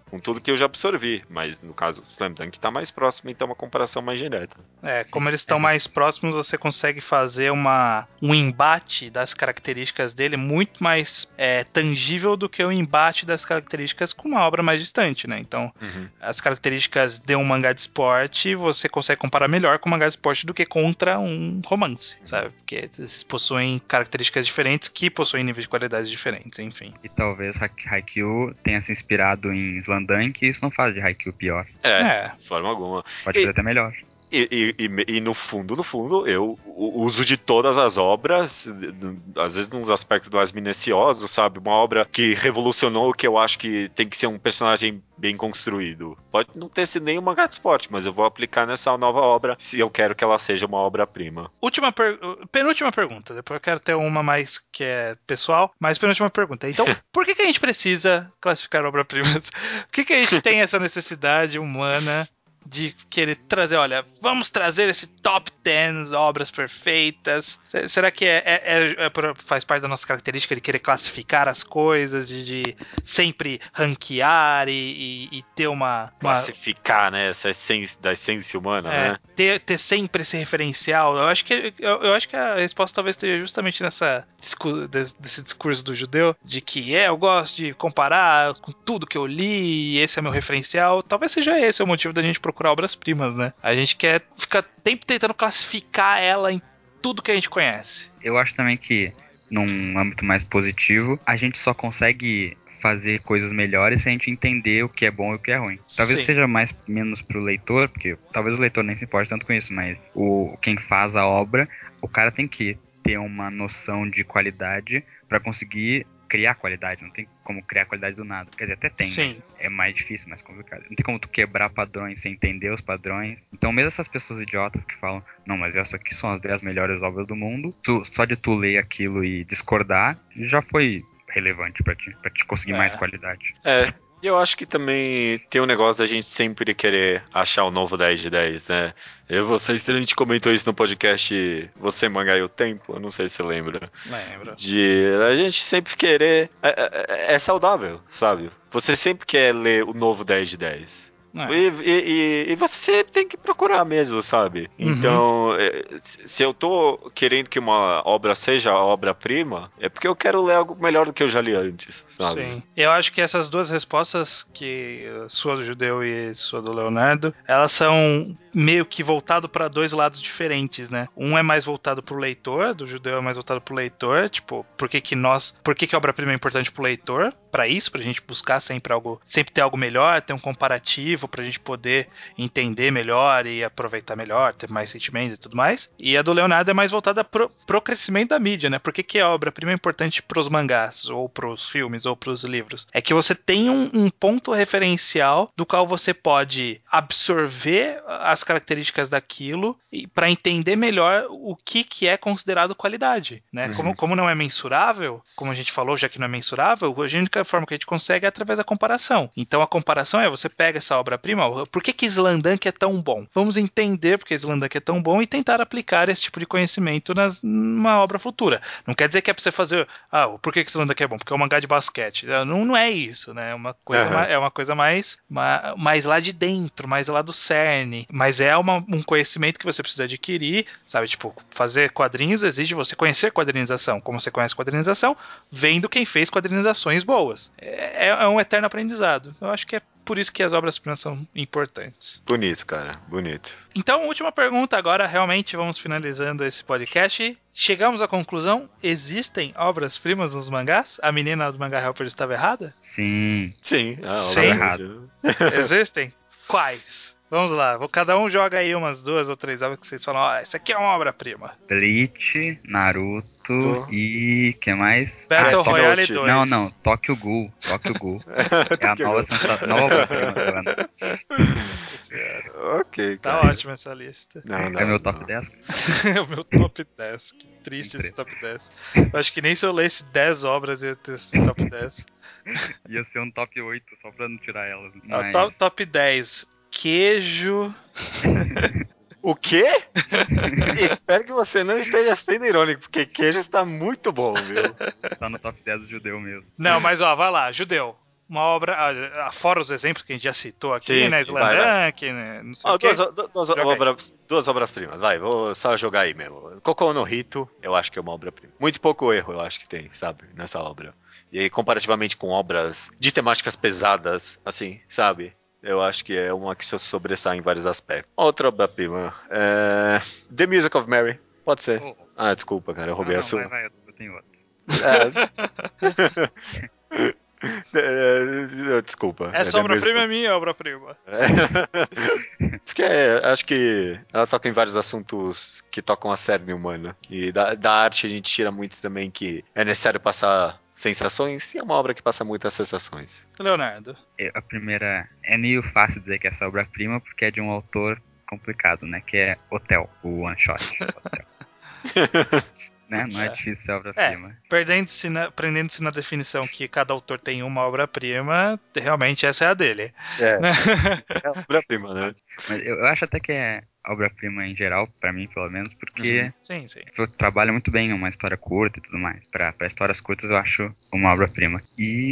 com tudo que eu já absorvi. Mas no caso, o Slam Dunk tá mais próximo, então é uma comparação mais direta. É, como eles estão mais próximos, você consegue fazer uma, um embate das características dele muito mais é, tangível do que o embate das características com uma obra mais distante, né? Então, Uhum. as características de um mangá de esporte, você consegue comparar melhor com um mangá de esporte do que contra um romance, sabe? Porque eles possuem características diferentes que possuem níveis de qualidade diferentes, enfim. E talvez Ha- Haikyuu tenha se inspirado em Slandunk e isso não faz de Haikyuu pior. É, É. de forma alguma. Pode E- fazer até melhor. E, e, e- e no fundo, no fundo, eu u- uso de todas as obras, d- às vezes nos aspectos mais minuciosos, sabe? Uma obra que revolucionou o que eu acho que tem que ser um personagem bem construído. Pode não ter sido nem um mangá de esporte, mas eu vou aplicar nessa nova obra se eu quero que ela seja uma obra-prima. Última per... Penúltima pergunta, depois eu quero ter uma mais que é pessoal, mas penúltima pergunta. Então, por que, que a gente precisa classificar obra-primas? Por que, que a gente tem essa necessidade humana de querer trazer, olha, vamos trazer esse top dez obras perfeitas? S- Será que é, é- é- é por- faz parte da nossa característica de querer classificar as coisas, de, de sempre ranquear e, e- e ter uma, uma Classificar, né? Essa essência da essência humana, é, né? ter, ter sempre esse referencial? Eu acho que eu, eu acho que a resposta talvez esteja justamente nessa discu- des- desse discurso do judeu de que é, eu gosto de comparar com tudo que eu li, e esse é meu referencial. Talvez seja esse o motivo da gente procurar obras-primas, né? A gente quer ficar sempre tentando classificar ela em tudo que a gente conhece. Eu acho também que, num âmbito mais positivo, a gente só consegue fazer coisas melhores se a gente entender o que é bom e o que é ruim. Talvez Sim. seja mais menos pro leitor, porque talvez o leitor nem se importe tanto com isso, mas o quem faz a obra, o cara tem que ter uma noção de qualidade para conseguir criar qualidade. Não tem como criar qualidade do nada. Quer dizer, até tem, Sim. mas é mais difícil, mais complicado. Não tem como tu quebrar padrões sem entender os padrões. Então, mesmo essas pessoas idiotas que falam, não, mas essas aqui são as dez melhores obras do mundo, tu, só de tu ler aquilo e discordar, já foi relevante pra ti, pra te conseguir É. mais qualidade. É, e eu acho que também tem um negócio da gente sempre querer achar o novo dez de dez, né? Eu, vocês, a gente comentou isso no podcast Você Mangá e o Tempo, eu não sei se você lembra. Lembro. De a gente sempre querer. É, é- é saudável, sabe? Você sempre quer ler o novo dez de dez. É. E, e- e- e você sempre tem que procurar mesmo, sabe? Uhum. Então, é, se eu tô querendo que uma obra seja obra-prima, é porque eu quero ler algo melhor do que eu já li antes, sabe? Sim. Eu acho que essas duas respostas, que uh, sua do Judeu e sua do Leonardo, elas são meio que voltado para dois lados diferentes, né? Um é mais voltado pro leitor, do Judeu é mais voltado pro leitor, tipo, por que que nós, por que que a obra-prima é importante pro leitor? Para isso, pra gente buscar sempre algo, sempre ter algo melhor, ter um comparativo pra gente poder entender melhor e aproveitar melhor, ter mais sentimentos e tudo mais. E a do Leonardo é mais voltada pro, pro crescimento da mídia, né? Por que que a obra-prima é importante pros mangás, ou pros filmes, ou pros livros? É que você tem um, um ponto referencial do qual você pode absorver as características daquilo e para entender melhor o que, que é considerado qualidade, né? Uhum. Como, como não é mensurável, como a gente falou, já que não é mensurável, a única forma que a gente consegue é através da comparação. Então a comparação é, você pega essa obra-prima, por que que Slandunk é tão bom? Vamos entender por que Slandunk é tão bom e tentar aplicar esse tipo de conhecimento nas, numa obra futura. Não quer dizer que é pra você fazer, ah, por que que Slandunk é bom? Porque é um mangá de basquete. Não, não é isso, né? É uma coisa, Uhum. ma- é uma coisa mais, ma- mais lá de dentro, mais lá do cerne. Mas é uma- um conhecimento que você precisa adquirir, sabe? Tipo, fazer quadrinhos exige você conhecer quadrinização. Como você conhece quadrinização? Vendo quem fez quadrinizações boas. É, é um eterno aprendizado. Eu acho que é por isso que as obras-primas são importantes. Bonito, cara, bonito. Então, última pergunta agora, realmente vamos finalizando esse podcast. Chegamos à conclusão, existem obras-primas nos mangás? A menina do Mangá Helper estava errada? Sim. Sim, ah, Sim. obviamente. Existem? Quais? Vamos lá, vou- cada um joga aí umas duas ou três obras que vocês falam, ó, essa aqui é uma obra-prima. Bleach, Naruto Tô. e... que mais? Battle Death Royale Note. dois. Não, não. Tokyo Ghoul. Tokyo Ghoul. É a Tokyo nova, Ghoul. sensa... nova obra-prima do ano. Nossa senhora. Ok, Tá cara. ótima essa lista. Não, não, É meu não. top dez. É o meu top dez. Que triste esse Treta. top dez. Eu acho que nem se eu lesse dez obras eu ia ter esse top dez. Ia ser um top oito só pra não tirar elas. Ó, Mas... top, top dez. Queijo. O quê? Espero que você não esteja sendo irônico, porque queijo está muito bom, viu? Tá no top dez do judeu mesmo. Não, mas ó, vai lá, judeu. uma obra, ah, fora os exemplos que a gente já citou aqui, Sim, né? sim, vai, Slamdunk, né? Não sei Ó, o quê. duas, duas, Joga aí. obras, duas obras-primas, vai, vou só jogar aí mesmo. Cocô no Hito, eu acho que é uma obra-prima. Muito pouco erro, eu acho que tem, sabe, nessa obra. E aí, comparativamente com obras de temáticas pesadas, assim, sabe? Eu acho que é uma que se sobressai em vários aspectos. Outra obra-prima, é... The Music of Mary, pode ser. Oh. Ah, desculpa, cara, eu roubei não, a não, sua. vai, vai, eu tenho outra. É... É, desculpa. Essa The obra-prima Music é minha obra-prima. É. Porque é, acho que ela toca em vários assuntos que tocam a cerne humana. E da, da arte a gente tira muito também que é necessário passar sensações, e é uma obra que passa muitas sensações. Leonardo. Eu- A primeira é meio fácil dizer que essa obra-prima porque é de um autor complicado, né? Que é Hotel, o One Shot. Hotel. Né? Não é difícil ser obra-prima. Prendendo-se na, prendendo-se na definição que cada autor tem uma obra-prima, realmente essa é a dele. É, Né? é obra-prima, né? Mas eu, eu acho até que é obra-prima em geral, pra mim pelo menos, porque Uhum. Sim, sim. tipo, trabalha muito bem uma história curta e tudo mais. Pra, pra histórias curtas eu acho uma obra-prima.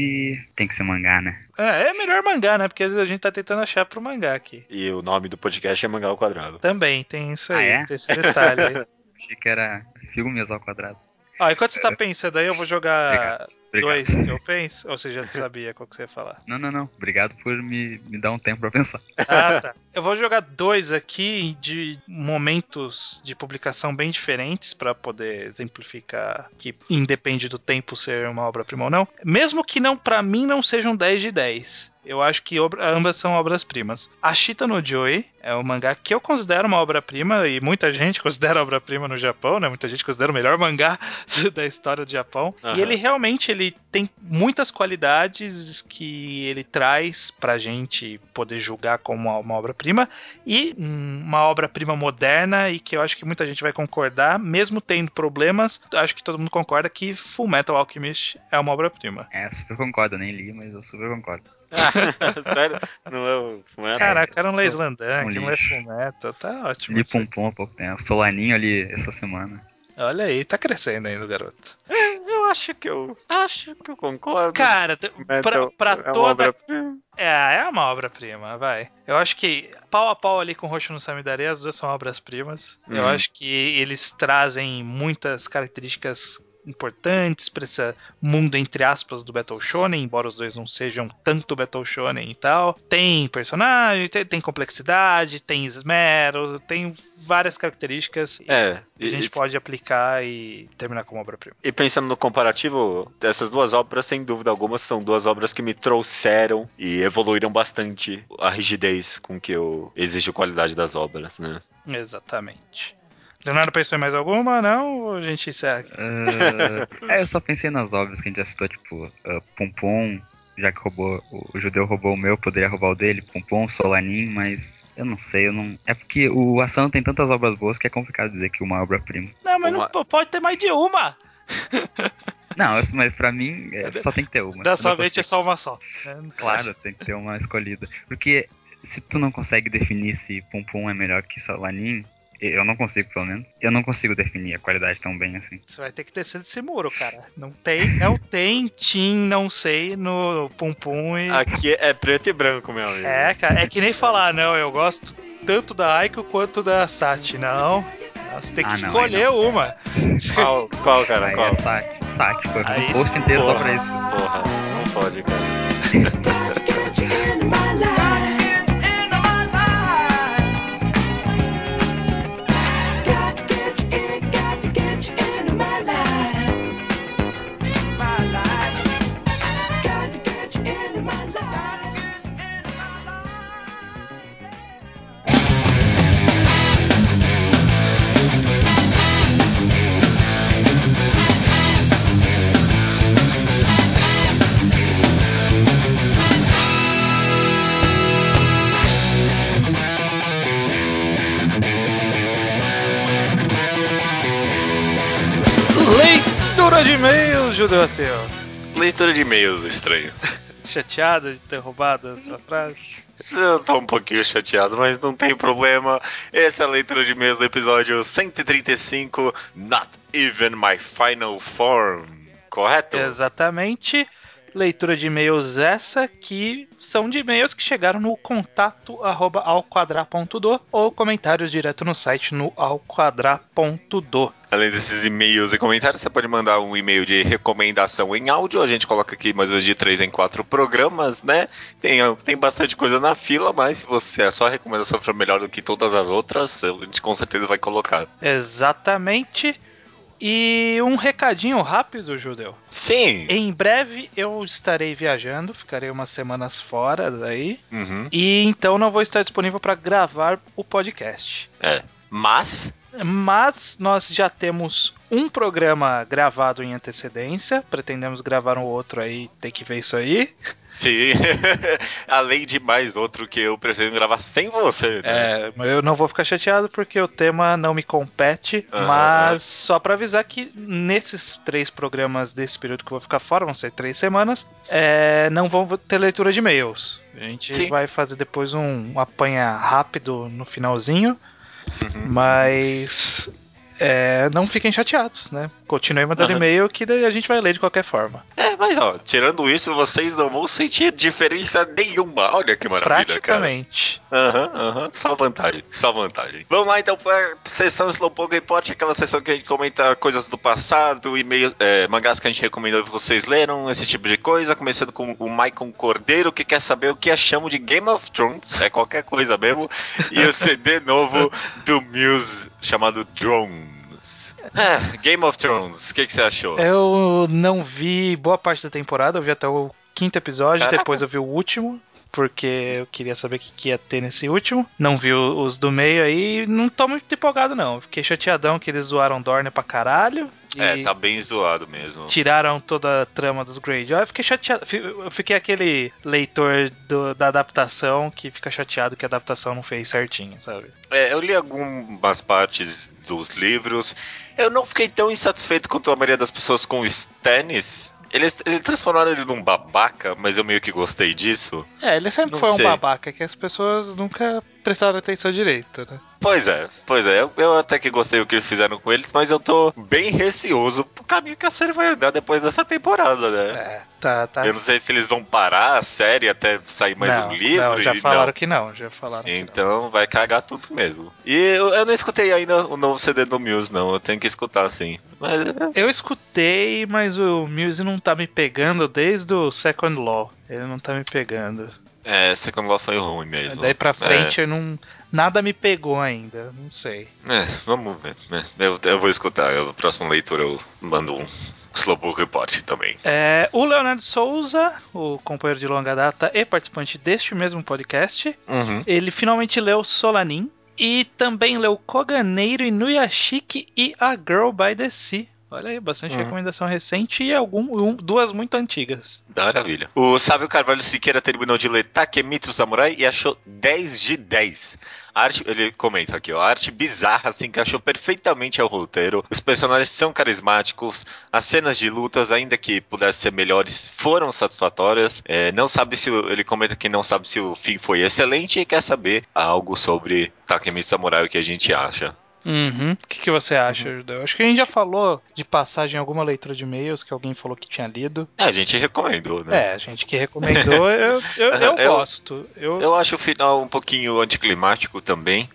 E tem que ser mangá, né? É, é melhor mangá, né? Porque às vezes a gente tá tentando achar pro mangá aqui. E o nome do podcast é Mangá ao Quadrado. Também tem isso Ah, aí, é? tem esse detalhe aí. Achei que era filmes ao quadrado. Ó, enquanto você tá pensando aí, eu vou jogar Obrigado. Obrigado. dois que eu penso. Ou você já sabia qual que você ia falar? Não, não, não. Obrigado por me, me dar um tempo pra pensar. Ah, tá. Eu vou jogar dois aqui de momentos de publicação bem diferentes pra poder exemplificar que independe do tempo ser uma obra-prima ou não. Mesmo que não, para mim não sejam dez de dez. Eu acho que obra, ambas são obras-primas. Ashita no Joy é um mangá que eu considero uma obra-prima e muita gente considera obra-prima no Japão, né? Muita gente considera o melhor mangá da história do Japão. Uhum. E ele realmente ele tem muitas qualidades que ele traz pra gente poder julgar como uma, uma obra-prima e hum, uma obra-prima moderna e que eu acho que muita gente vai concordar, mesmo tendo problemas, acho que todo mundo concorda que Fullmetal Alchemist é uma obra-prima. É, eu super concordo. Eu nem li, mas eu super concordo. Sério? Não é o Fullmetal? Caraca, cara, não lê um Slamdunk, não lê Fullmetal, tá ótimo. Li Pum Pum há pouco tempo. Solaninho ali essa semana. Olha aí, tá crescendo ainda o garoto. É, eu acho que eu. Acho que eu concordo. Cara, pra, pra é toda. Uma é, é uma obra-prima, vai. Eu acho que pau a pau ali com Hoshi no Samidare, as duas são obras-primas. Uhum. Eu acho que eles trazem muitas características importantes para esse mundo, entre aspas, do Battle Shonen, embora os dois não sejam tanto Battle Shonen e tal. Tem personagem, tem, tem complexidade, tem esmero, tem várias características é, que a gente e, pode aplicar e terminar como obra-prima. E pensando no comparativo, essas duas obras, sem dúvida alguma, são duas obras que me trouxeram e evoluíram bastante a rigidez com que eu exijo qualidade das obras, né? Exatamente. Leonardo pensou em mais alguma? Não? Ou a gente encerra aqui? Uh, é, eu só pensei nas óbvias que a gente já citou, tipo, uh, Pum Pum, já que roubou, o, o judeu roubou o meu, poderia roubar o dele, Pum Pum, Solanin, mas eu não sei, eu não. É porque o Asano tem tantas obras boas que é complicado dizer que uma é obra-prima. Não, mas uma... não pode ter mais de uma! Não, mas pra mim é, só tem que ter uma. Da sua mente é só uma só. Claro, tem que ter uma escolhida. Porque se tu não consegue definir se Pum Pum é melhor que Solanin, eu não consigo, pelo menos. Eu não consigo definir a qualidade tão bem assim. Você vai ter que descer desse muro, cara. Não tem, não tem Tim, não sei, no Pum Pum e... Aqui é preto e branco, meu amigo. É, cara, é que nem falar, não, eu gosto tanto da Aiko quanto da Sati. Não, você tem que ah, não, escolher uma. Qual, qual, cara, aí qual? É Sati, Sati, foi aí um post inteiro porra, só pra isso. Porra, não fode, cara. Leitura de e-mails, Judeu Ateu. Leitura de e-mails, estranho. Chateado de ter roubado essa frase? Eu tô um pouquinho chateado, mas não tem problema. Essa é a leitura de e-mails do episódio cento e trinta e cinco, Not Even My Final Form. Correto? Exatamente. leitura de e-mails essa que são de e-mails que chegaram no contato arroba alquadra.do ou comentários direto no site no alquadra.do. Além desses e-mails e comentários, você pode mandar um e-mail de recomendação em áudio. A gente coloca aqui mais ou menos de três em quatro programas, né? Tem, tem bastante coisa na fila, mas se você a sua recomendação for melhor do que todas as outras, a gente com certeza vai colocar. Exatamente. E um recadinho rápido, Judeu. Sim. Em breve eu estarei viajando, ficarei umas semanas fora daí. Uhum. E então não vou estar disponível para gravar o podcast. É. Mas... Mas nós já temos um programa gravado em antecedência. Pretendemos gravar um outro aí, tem que ver isso aí. Sim, além de mais outro que eu pretendo gravar sem você, né? É, eu não vou ficar chateado porque o tema não me compete, Uhum, mas uhum. só pra avisar que nesses três programas desse período que eu vou ficar fora, vão ser três semanas, é, não vão ter leitura de e-mails. A gente Sim. vai fazer depois um, um apanha rápido no finalzinho, Uhum. mas... É, não fiquem chateados, né? Continuem mandando Uhum. e-mail que daí a gente vai ler de qualquer forma. É, mas ó, tirando isso, vocês não vão sentir diferença nenhuma. Olha que maravilha, Praticamente. cara. Aham, uhum, aham. Uhum. Só vantagem, só vantagem. Vamos lá então pra sessão Slowpoke Report, aquela sessão que a gente comenta coisas do passado, e-mails, é, mangás que a gente recomendou que vocês leram, esse tipo de coisa. Começando com o Maicon Cordeiro, que quer saber o que achamos de Game of Thrones, é qualquer coisa mesmo, e o C D novo do Muse chamado Drones. Ah, Game of Thrones, o que, que você achou? Eu não vi boa parte da temporada, eu vi até o quinto episódio, Caraca. Depois eu vi o último, porque eu queria saber o que, que ia ter nesse último. Não vi os do meio aí, não tô muito empolgado não. Fiquei chateadão que eles zoaram Dorne pra caralho. É, tá bem zoado mesmo. Tiraram toda a trama dos Greyjoy. Eu fiquei chateado. Eu fiquei aquele leitor do, da adaptação que fica chateado que a adaptação não fez certinho, sabe? É, eu li algumas partes dos livros. Eu não fiquei tão insatisfeito quanto a maioria das pessoas com o Stannis. Eles, eles transformaram ele num babaca, mas eu meio que gostei disso. É, ele sempre Não foi sei. um babaca que as pessoas nunca prestaram atenção direito, né? Pois é, pois é. Eu, eu até que gostei do que eles fizeram com eles, mas eu tô bem receoso pro caminho que a série vai andar depois dessa temporada, né? É, tá, tá. Eu não sei se eles vão parar a série até sair mais não, um livro. Não, já e falaram não. que não, já falaram que não. Então vai cagar tudo mesmo. E eu, eu não escutei ainda o novo C D do Muse, não. Eu tenho que escutar sim. Mas eu escutei, mas o Muse não tá me pegando desde o Second Law. Ele não tá me pegando. É, Second Law foi ruim mesmo. Daí pra frente é. eu não, nada me pegou ainda, não sei. É, vamos ver. É, eu, eu vou escutar. Eu, próxima leitura eu mando um Slowpoke Report também. É, o Leonardo Souza, o companheiro de longa data e participante deste mesmo podcast, Uhum. ele finalmente leu Solanin e também leu Koganeiro, Inuyashiki e A Girl by the Sea. Olha aí, bastante Uhum. recomendação recente e algum, um, duas muito antigas. Maravilha. O Sábio Carvalho Siqueira terminou de ler Takemitsu Samurai e achou dez de dez. A arte, ele comenta aqui, ó, a arte bizarra se encaixou perfeitamente ao roteiro, os personagens são carismáticos, as cenas de lutas, ainda que pudessem ser melhores, foram satisfatórias. É, não sabe se o, ele comenta que não sabe se o fim foi excelente e quer saber algo sobre Takemitsu Samurai, o que a gente acha. Uhum. O que, que você acha, Judeu? Uhum. Acho que a gente já falou de passagem em alguma leitura de e-mails que alguém falou que tinha lido. É, a gente recomendou, né? É, a gente que recomendou, eu, eu, eu, eu gosto. Eu... eu acho o final um pouquinho anticlimático também.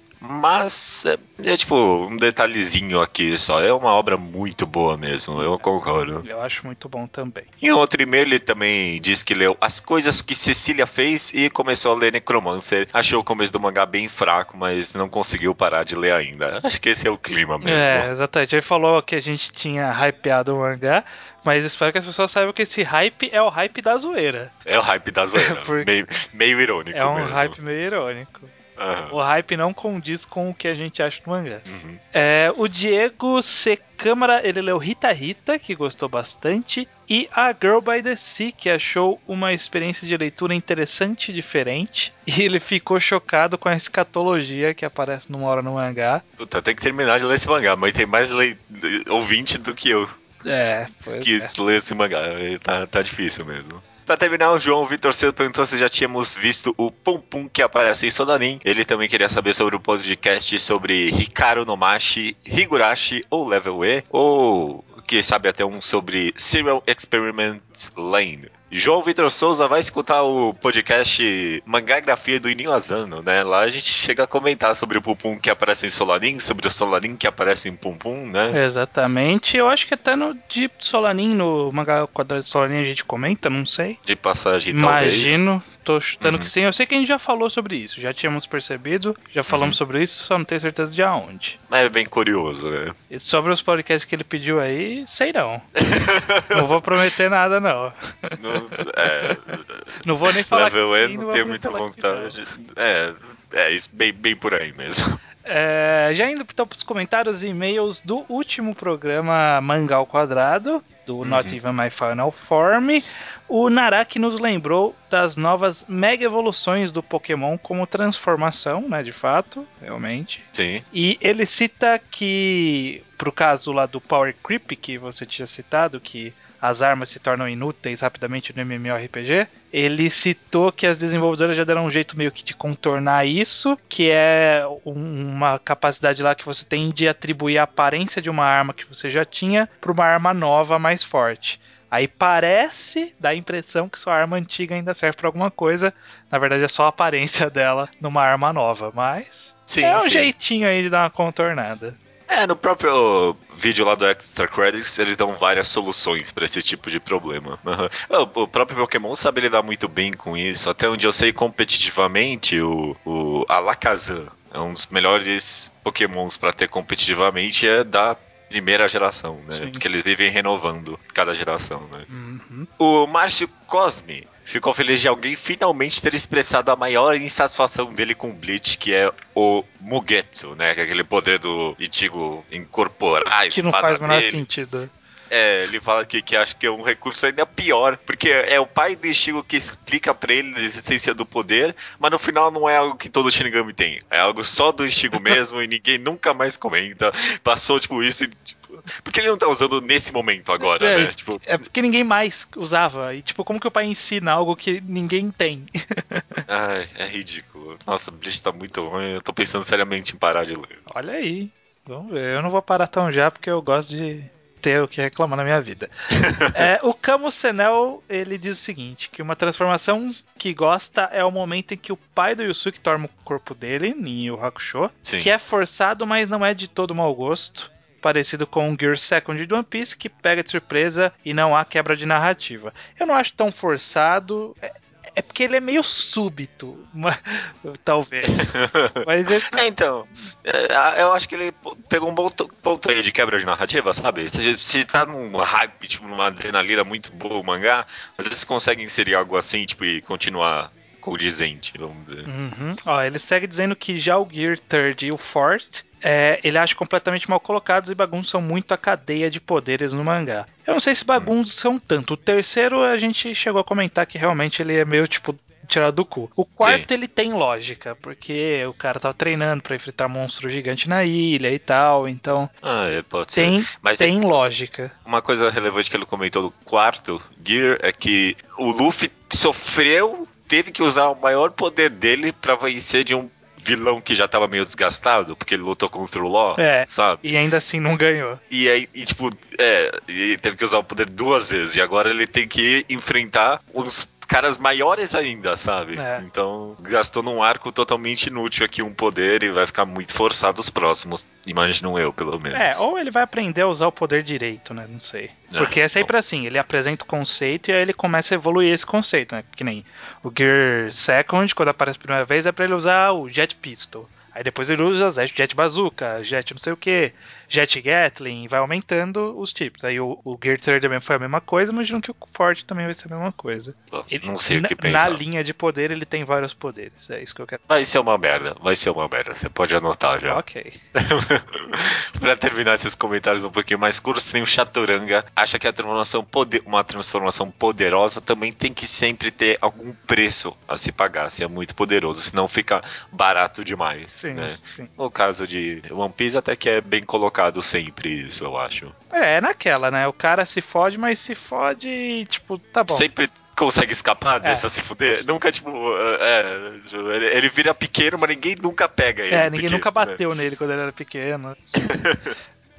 Mas é, é tipo um detalhezinho aqui só. É uma obra muito boa mesmo, eu concordo. Eu acho muito bom também. Em outro e-mail ele também diz que leu As Coisas que Cecília Fez e começou a ler Necromancer. Achou o começo do mangá bem fraco, mas não conseguiu parar de ler ainda. Acho que esse é o clima mesmo. É, exatamente. Ele falou que a gente tinha hypeado o mangá, mas espero que as pessoas saibam que esse hype é o hype da zoeira. É o hype da zoeira. Porque... meio, meio irônico É um mesmo. hype meio irônico. Uhum. O hype não condiz com o que a gente acha do mangá. Uhum. É, o Diego C. Câmara, ele leu Rita Rita, que gostou bastante, e A Girl by the Sea, que achou uma experiência de leitura interessante e diferente, e ele ficou chocado com a escatologia que aparece numa hora no mangá. Puta, tem que terminar de ler esse mangá, mas tem mais le... ouvinte do que eu. É, pois que é. ler esse mangá. Tá, tá difícil mesmo. Pra terminar, o João Vitor Cedo perguntou se já tínhamos visto o Pum Pum que aparece em Sodanin. Ele também queria saber sobre o podcast sobre Hikaru no Machi, Higurashi ou Level E, ou que sabe até um sobre Serial Experiment Lane. João Vitor Souza vai escutar o podcast Mangagrafia do Ininho Asano, né? Lá a gente chega a comentar sobre o Pum Pum que aparece em Solanin, sobre o Solanin que aparece em Pum Pum, né? Exatamente. Eu acho que até no de Solanin, no Mangá Quadrado de Solanin a gente comenta, não sei. De passagem, Imagino. talvez. Tô chutando Uhum. que sim. Eu sei que a gente já falou sobre isso. Já tínhamos percebido. Já falamos Uhum. sobre isso, só não tenho certeza de aonde. É bem curioso, né? E sobre os podcasts que ele pediu aí, sei não. Não vou prometer nada, não. Não, é, Não vou nem falar Level que E sim, não não vou tenho nem muita falar que não. vontade. É, é isso bem, bem por aí mesmo. É, já indo então para os comentários e e-mails do último programa Mangá ao Quadrado, do Uhum. Not Even My Final Form, o Naraki nos lembrou das novas mega evoluções do Pokémon como transformação, né, de fato, realmente. Sim. E ele cita que, pro caso lá do Power Creep, que você tinha citado, que as armas se tornam inúteis rapidamente no MMORPG, ele citou que as desenvolvedoras já deram um jeito meio que de contornar isso, que é um, uma capacidade lá que você tem de atribuir a aparência de uma arma que você já tinha para uma arma nova mais forte. Aí parece, dá a impressão que sua arma antiga ainda serve para alguma coisa. Na verdade é só a aparência dela numa arma nova, mas Sim, é um sim. jeitinho aí de dar uma contornada. É, no próprio vídeo lá do Extra Credits, eles dão várias soluções pra esse tipo de problema. Uhum. O próprio Pokémon sabe lidar muito bem com isso. Até onde eu sei competitivamente, o, o Alakazam é um dos melhores Pokémons pra ter competitivamente, é da primeira geração, né? Sim. Porque eles vivem renovando cada geração, né? Uhum. O Márcio Cosme ficou feliz de alguém finalmente ter expressado a maior insatisfação dele com o Bleach, que é o Mugetsu, né? Que é aquele poder do Ichigo incorporar a Que não espada faz o menor dele. sentido. É, ele fala que, que acha que é um recurso ainda pior, porque é o pai do Ichigo que explica pra ele a existência do poder, mas no final não é algo que todo Shinigami tem. É algo só do Ichigo mesmo e ninguém nunca mais comenta. Passou, tipo, isso e, tipo, porque ele não tá usando nesse momento agora, É, né? Tipo, é porque ninguém mais usava. E tipo, como que o pai ensina algo que ninguém tem? ai, é ridículo. Nossa, Bleach tá muito ruim. Eu tô pensando seriamente em parar de ler. Olha aí. Vamos ver. Eu não vou parar tão já porque eu gosto de ter o que reclamar na minha vida. É, o Camus Senel, ele diz o seguinte, que uma transformação que gosta é o momento em que o pai do Yusuke toma o corpo dele, em Yu Hakusho, Sim. que é forçado, mas não é de todo mau gosto, parecido com o Gear Second de One Piece, que pega de surpresa e não há quebra de narrativa. Eu não acho tão forçado... É... É porque ele é meio súbito, mas, talvez. Mas ele... É, então, é, eu acho que ele pegou um bom to- ponto aí de quebra de narrativa, sabe? Se, se tá num hype, tipo, numa adrenalina muito boa o mangá, às vezes você consegue inserir algo assim, tipo, e continuar condizente, vamos dizer. Uhum. Ó, ele segue dizendo que já o Gear Third e o Fourth, é, ele acha completamente mal colocados e bagunçam muito a cadeia de poderes no mangá. Eu não sei se bagunçam tanto. O terceiro a gente chegou a comentar que realmente ele é meio tipo tirado do cu. O quarto Sim. ele tem lógica, porque o cara tava treinando pra enfrentar monstro gigante na ilha e tal, então Ah, é, pode tem, ser. Mas tem lógica. uma coisa relevante que ele comentou do quarto Gear é que o Luffy sofreu, teve que usar o maior poder dele pra vencer de um vilão que já tava meio desgastado, porque ele lutou contra o Law, É, sabe? e ainda assim não ganhou. E aí, e, tipo, é, e teve que usar o poder duas vezes. E agora ele tem que enfrentar uns caras maiores ainda, sabe? É. Então, gastou num arco totalmente inútil aqui um poder e vai ficar muito forçado os próximos. Imagino eu, pelo menos. É, ou ele vai aprender a usar o poder direito, né? Não sei. Porque é, é sempre assim, ele apresenta o conceito e aí ele começa a evoluir esse conceito, né? Que nem o Gear Second, quando aparece a primeira vez, é pra ele usar o Jet Pistol. Aí depois ele usa Jet Bazooka, Jet não sei o que, Jet Gatling, vai aumentando os tipos. Aí o, o Gear Third também foi a mesma coisa, imagino que o Ford também vai ser a mesma coisa. Ele, Não sei o que na, na pensar. linha de poder ele tem vários poderes, é isso que eu quero. Vai ser uma merda, vai ser uma merda. Você pode anotar já. Ok. Pra terminar esses comentários um pouquinho mais curtos, tem o Chaturanga. Acha que a transformação poder, uma transformação poderosa também tem que sempre ter algum preço a se pagar, se é muito poderoso, senão fica barato demais. Sim, Né? sim. No caso de One Piece, até que é bem colocado sempre isso, eu acho. É, é naquela, né? O cara se fode, mas se fode e, tipo, tá bom. Sempre consegue escapar É. dessa se fuder. Nunca, tipo, é, ele, ele vira pequeno, mas ninguém nunca pega ele. É, ninguém pequeno, nunca né? bateu nele quando ele era pequeno.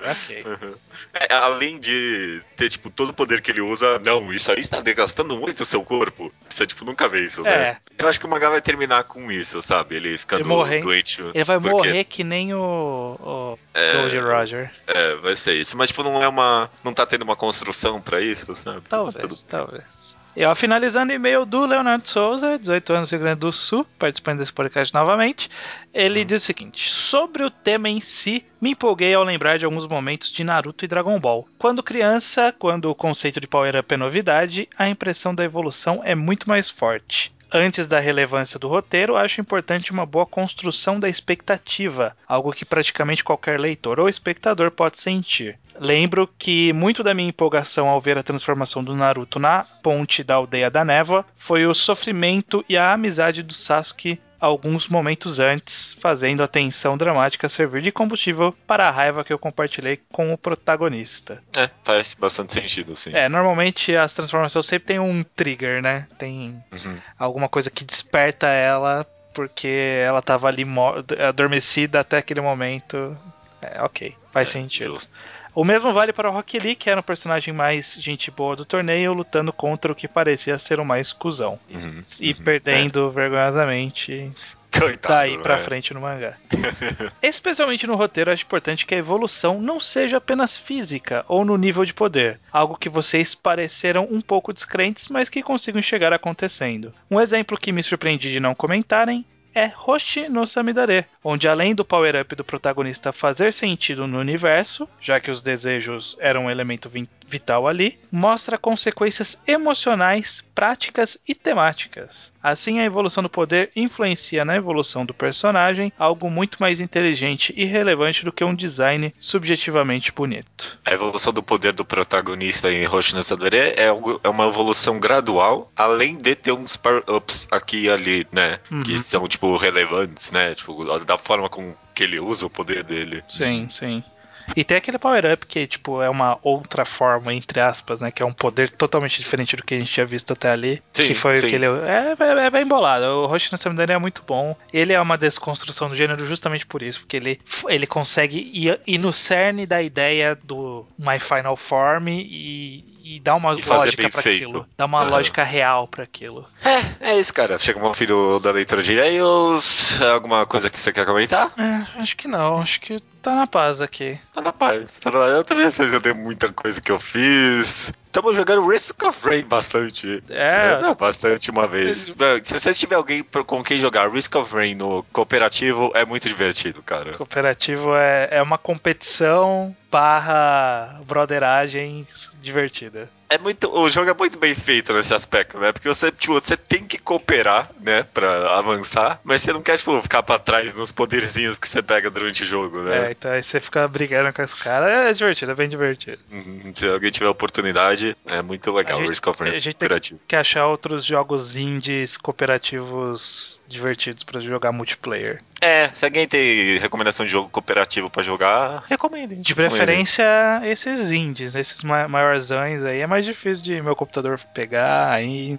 Ok. Uhum. É, além de ter, tipo, todo o poder que ele usa, não, isso aí está desgastando muito o seu corpo. Você, tipo, nunca vê isso, É. né? Eu acho que o mangá vai terminar com isso, sabe? Ele ficando Ele morrer. doente. Ele vai porque, morrer que nem o, o É, Gold Roger. É, vai ser isso. Mas, tipo, não é uma. Não tá tendo uma construção pra isso, sabe? Talvez, Tudo... talvez. E ó, finalizando o e-mail do Leonardo Souza, dezoito anos, Rio Grande do Sul, participando desse podcast novamente. Ele Uhum. diz o seguinte: sobre o tema em si, me empolguei ao lembrar de alguns momentos de Naruto e Dragon Ball. Quando criança, quando o conceito de Power Up é novidade, a impressão da evolução é muito mais forte. Antes da relevância do roteiro, acho importante uma boa construção da expectativa, algo que praticamente qualquer leitor ou espectador pode sentir. Lembro que muito da minha empolgação ao ver a transformação do Naruto na ponte da Aldeia da Névoa foi o sofrimento e a amizade do Sasuke alguns momentos antes, fazendo a tensão dramática servir de combustível para a raiva que eu compartilhei com o protagonista. É, faz bastante sentido, sim. É, normalmente as transformações sempre tem um trigger, né? Tem Uhum. alguma coisa que desperta ela porque ela estava ali adormecida até aquele momento. É, ok, faz É, sentido. justo. O mesmo vale para o Rock Lee, que era o personagem mais gente boa do torneio, lutando contra o que parecia ser o mais cuzão. Uhum, E uhum. perdendo vergonhosamente Coitado, daí pra né? frente no mangá. Especialmente no roteiro, acho importante que a evolução não seja apenas física ou no nível de poder, algo que vocês pareceram um pouco descrentes, mas que consigam chegar acontecendo. Um exemplo que me surpreendi de não comentarem é Hoshi no Samidare, onde além do power-up do protagonista fazer sentido no universo, já que os desejos eram um elemento vital ali, mostra consequências emocionais, práticas e temáticas. Assim, a evolução do poder influencia na evolução do personagem, algo muito mais inteligente e relevante do que um design subjetivamente bonito. A evolução do poder do protagonista em Hoshi no Samidare é, algo, é uma evolução gradual, além de ter uns power-ups aqui e ali, né? Uhum. Que são, tipo, relevantes, né? Tipo, da forma com que ele usa o poder dele. Sim, sim. E tem aquele power-up que, tipo, é uma outra forma, entre aspas, né? Que é um poder totalmente diferente do que a gente tinha visto até ali. Sim, que foi sim. o que ele... É, é, é bem bolado. O Hoshi no Samidare é muito bom. Ele é uma desconstrução do gênero justamente por isso. Porque ele, ele consegue ir, ir no cerne da ideia do My Final Form e... E dá uma E fazer lógica bem pra feito. aquilo. Dá uma Uhum. lógica real pra aquilo. É, é isso, cara. Chega uma filho da leitura de e-mails. Alguma coisa que você quer comentar? É, acho que não. Acho que tá na paz aqui. Tá na paz. Tá na paz. Eu também sei, já tem muita coisa que eu fiz. Estamos jogando Risk of Rain bastante. É. Né? Não, bastante uma vez. Se você tiver alguém com quem jogar Risk of Rain no cooperativo, é muito divertido, cara. Cooperativo é, é uma competição barra broderagem divertida. É muito, o jogo é muito bem feito nesse aspecto, né? Porque você, tipo, você tem que cooperar, né? Pra avançar, mas você não quer, tipo, ficar pra trás nos poderzinhos que você pega durante o jogo, né? É, então aí você fica brigando com os caras. É divertido, é bem divertido. Uhum. Se alguém tiver oportunidade, é muito legal A o gente, Risk of Rain a gente tem cooperativo. que achar outros jogos indies cooperativos divertidos pra jogar multiplayer. É, se alguém tem recomendação de jogo cooperativo pra jogar, recomendem. De recomendem. preferência, esses indies, esses ma- maiorzões aí. É mais difícil de meu computador pegar aí.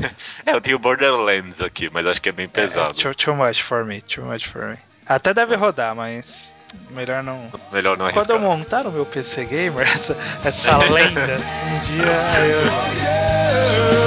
É, eu tenho Borderlands aqui, mas acho que é bem É, pesado. too, too much for me, too much for me. Até deve rodar, mas melhor não. Melhor não Quando arriscar. eu montar o meu P C Gamer, essa, essa lenda, um dia aí eu.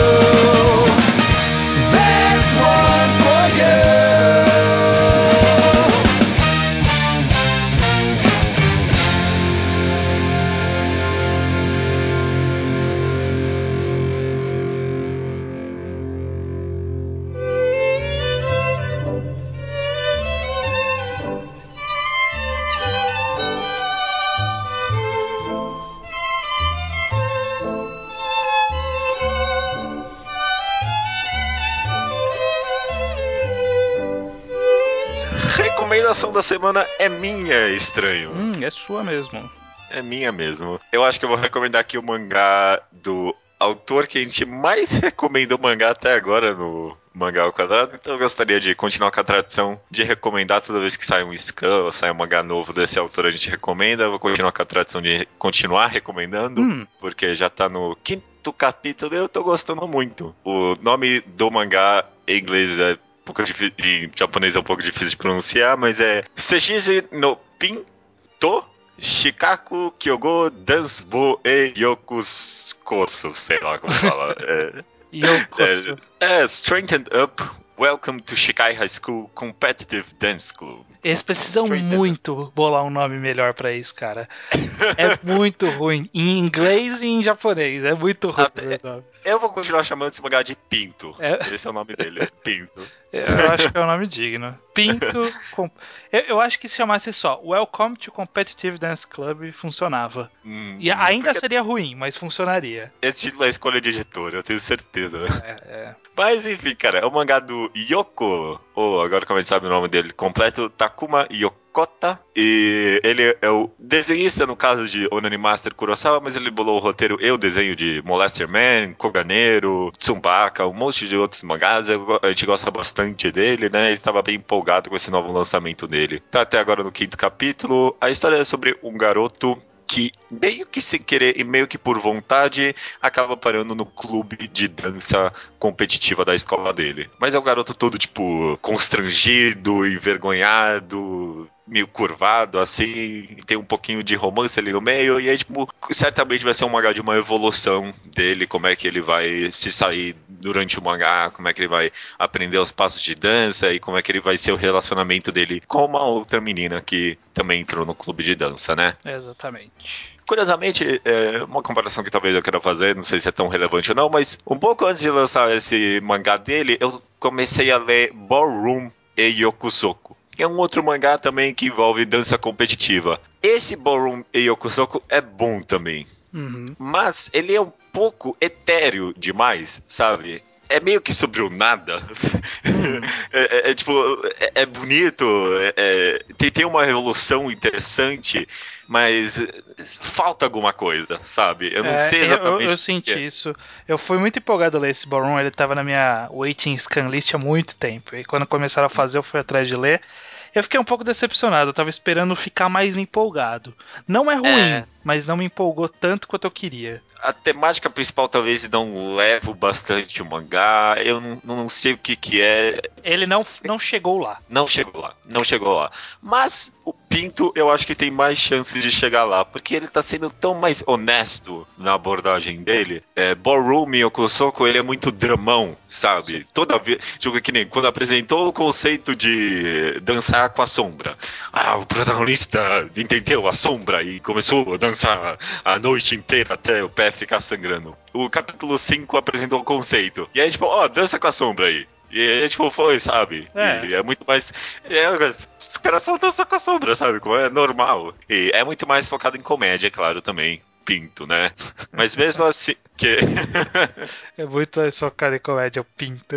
Recomendação da semana é minha, estranho. Hum, é sua mesmo. É minha mesmo. Eu acho que eu vou recomendar aqui o mangá do autor que a gente mais recomendou mangá até agora no Mangá ao Quadrado, então eu gostaria de continuar com a tradição de recomendar toda vez que sai um scan ou sai um mangá novo desse autor a gente recomenda. Eu vou continuar com a tradição de continuar recomendando, Hum. porque já tá no quinto capítulo e eu tô gostando muito. O nome do mangá em inglês é um pouco difícil, em japonês é um pouco difícil de pronunciar, mas é Seishiji no Pinto Shikaku Kyogo Dansbo e Yokuskoso, sei lá como fala. É, Yokoso. é, é, Straightened Up, Welcome to Shikai High School Competitive Dance Club. Eles precisam Straightened muito bolar um nome melhor pra isso, cara. É muito ruim. Em inglês e em japonês. É muito ruim Até- esse nome. Eu vou continuar chamando esse mangá de Pinto. É. Esse é o nome dele, Pinto. Eu acho que é um nome digno. Pinto. Com... Eu, eu acho que se chamasse só Welcome to Competitive Dance Club funcionava. Hum, E ainda porque seria ruim, mas funcionaria. esse título é a escolha de editor, eu tenho certeza. É, é. Mas enfim, cara, é o mangá do Yoko, ou agora como a gente sabe o nome dele completo, Takuma Yokota. E ele é o desenhista, no caso de Onani Master Kurosawa, mas ele bolou o roteiro e o desenho de Molester Man, Koganero, Tsubaka, um monte de outros mangás. Eu- A gente gosta bastante dele, né? Ele estava bem empolgado com esse novo lançamento dele. Tá até agora no quinto capítulo. A história é sobre um garoto que, meio que sem querer e meio que por vontade, acaba parando no clube de dança competitiva da escola dele. Mas é um garoto todo, tipo, constrangido, envergonhado, meio curvado, assim, tem um pouquinho de romance ali no meio, e aí, tipo, certamente vai ser um mangá de uma evolução dele, como é que ele vai se sair durante o mangá, como é que ele vai aprender os passos de dança, e como é que ele vai ser o relacionamento dele com uma outra menina que também entrou no clube de dança, né? Exatamente. Curiosamente, é, uma comparação que talvez eu queira fazer, não sei se é tão relevante ou não, mas um pouco antes de lançar esse mangá dele, eu comecei a ler Ballroom e Yokusoku, que é um outro mangá também que envolve dança competitiva. Esse Ballroom e Yokusoku é bom também, Uhum. mas ele é um pouco etéreo demais, sabe? É meio que sobre o nada. É, é- é tipo, é, é bonito, é- é- tem, tem uma revolução interessante, mas falta alguma coisa, sabe? Eu não É, sei eu, eu- eu exatamente o que senti é. isso. Eu fui muito empolgado a ler esse Ballroom, ele tava na minha waiting scan list há muito tempo. E quando começaram a fazer, eu fui atrás de ler. Eu fiquei um pouco decepcionado, eu tava esperando ficar mais empolgado. Não é ruim, É, mas não me empolgou tanto quanto eu queria. a temática principal talvez não leve bastante o mangá, eu não, não sei o que que é. Ele não, não chegou lá. Não chegou lá, não chegou lá. Mas o Pinto, eu acho que tem mais chances de chegar lá, porque ele tá sendo tão mais honesto na abordagem dele. É, Ballroom e Okusoko, ele é muito dramão, sabe? Sim. Toda vez, jogo que nem quando apresentou o conceito de dançar com a sombra. Ah, o protagonista entendeu a sombra e começou a dançar a noite inteira até o pé ficar sangrando. O capítulo cinco apresentou o conceito. E aí, tipo, ó, dança com a sombra aí. E aí, tipo, foi, sabe? É. E é muito mais. É, os caras só dançam com a sombra, sabe? Como é normal. E é muito mais focado em comédia, claro, também. Pinto, né? Mas mesmo assim. Que... É muito mais focado em comédia, eu pinto.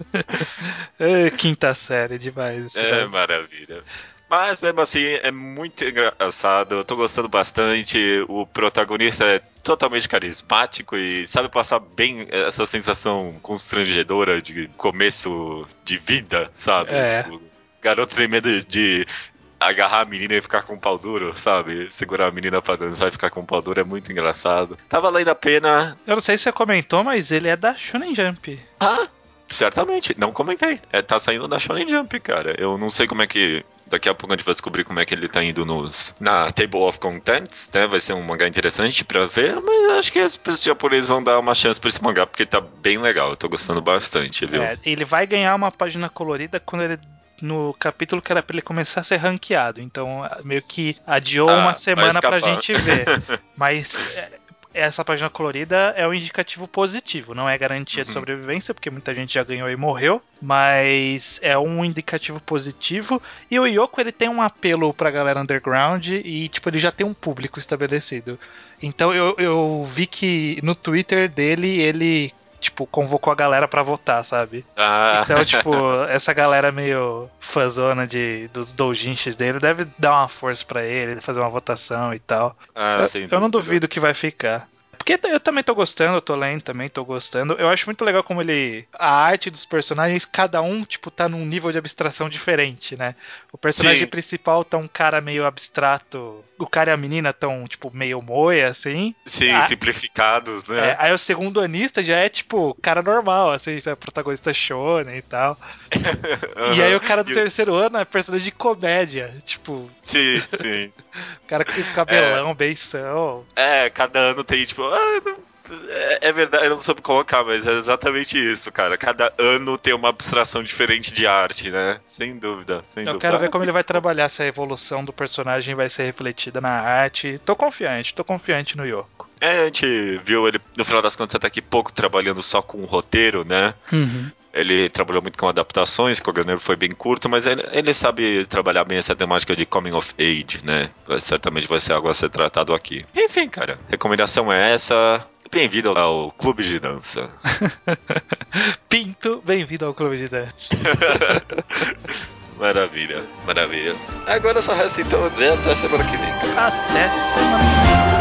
É, quinta série demais isso é daí. maravilha. Mas mesmo assim, é muito engraçado. Eu tô gostando bastante. O protagonista é totalmente carismático e sabe passar bem essa sensação constrangedora de começo de vida, sabe? É. Tipo, garoto tem medo de agarrar a menina e ficar com o pau duro, sabe? Segurar a menina pra dançar e ficar com o pau duro é muito engraçado. Tá valendo a pena. Eu não sei se você comentou, mas ele é da Shonen Jump. Ah, certamente, não comentei. É, tá saindo da Shonen Jump, cara. Eu não sei como é que. Daqui a pouco a gente vai descobrir como é que ele tá indo nos na Table of Contents, né? Vai ser um mangá interessante pra ver, mas acho que as pessoas japoneses vão dar uma chance pra esse mangá, porque tá bem legal. Eu tô gostando bastante, viu? É, ele vai ganhar uma página colorida quando ele. No capítulo que era pra ele começar a ser ranqueado. Então, meio que adiou Ah, uma vai semana pra escapar. gente ver. Mas é, essa página colorida é um indicativo positivo. Não é garantia de Uhum. sobrevivência, porque muita gente já ganhou e morreu. Mas é um indicativo positivo. E o Yoko, ele tem um apelo pra galera underground. E, tipo, ele já tem um público estabelecido. Então, eu, eu vi que no Twitter dele, ele... Tipo, convocou a galera pra votar, sabe? Ah. Então, tipo, essa galera meio fãzona de, dos doujinshis dele deve dar uma força pra ele, fazer uma votação e tal. Ah, Eu, sem eu não dúvida. duvido que vai ficar. Porque eu também tô gostando, eu tô lendo também, tô gostando. Eu acho muito legal como ele. A arte dos personagens, cada um, tipo, tá num nível de abstração diferente, né? O personagem Sim. principal tá um cara meio abstrato, o cara e a menina tão, tipo, meio moia, assim. Sim, Ah, simplificados, né? É, aí o segundo anista já é, tipo, cara normal, assim, sabe? Protagonista shonen e tal. E aí Aham. o cara do E o- terceiro ano é personagem de comédia. Tipo, Sim, sim. cara com É, cabelão, beição. é, cada ano tem, tipo. Ah, não- é, é verdade, eu não soube colocar, mas é exatamente isso, cara. Cada ano tem uma abstração diferente de arte, né? Sem dúvida, sem Eu dúvida. quero ver Ah, como ele muito vai bom. trabalhar, se a evolução do personagem vai ser refletida na arte. Tô confiante, tô confiante no Yoko. É, a gente viu ele, no final das contas, até que pouco trabalhando só com o roteiro, né? Uhum. Ele trabalhou muito com adaptações, que o Guggenheim foi bem curto, mas ele, ele sabe trabalhar bem essa temática de coming of age, né? Certamente vai ser algo a ser tratado aqui. Enfim, cara, recomendação é essa. Bem-vindo ao Clube de Dança. Pinto, bem-vindo ao Clube de Dança. Maravilha, maravilha. Agora só resta então dizer até semana que vem. Até semana que vem.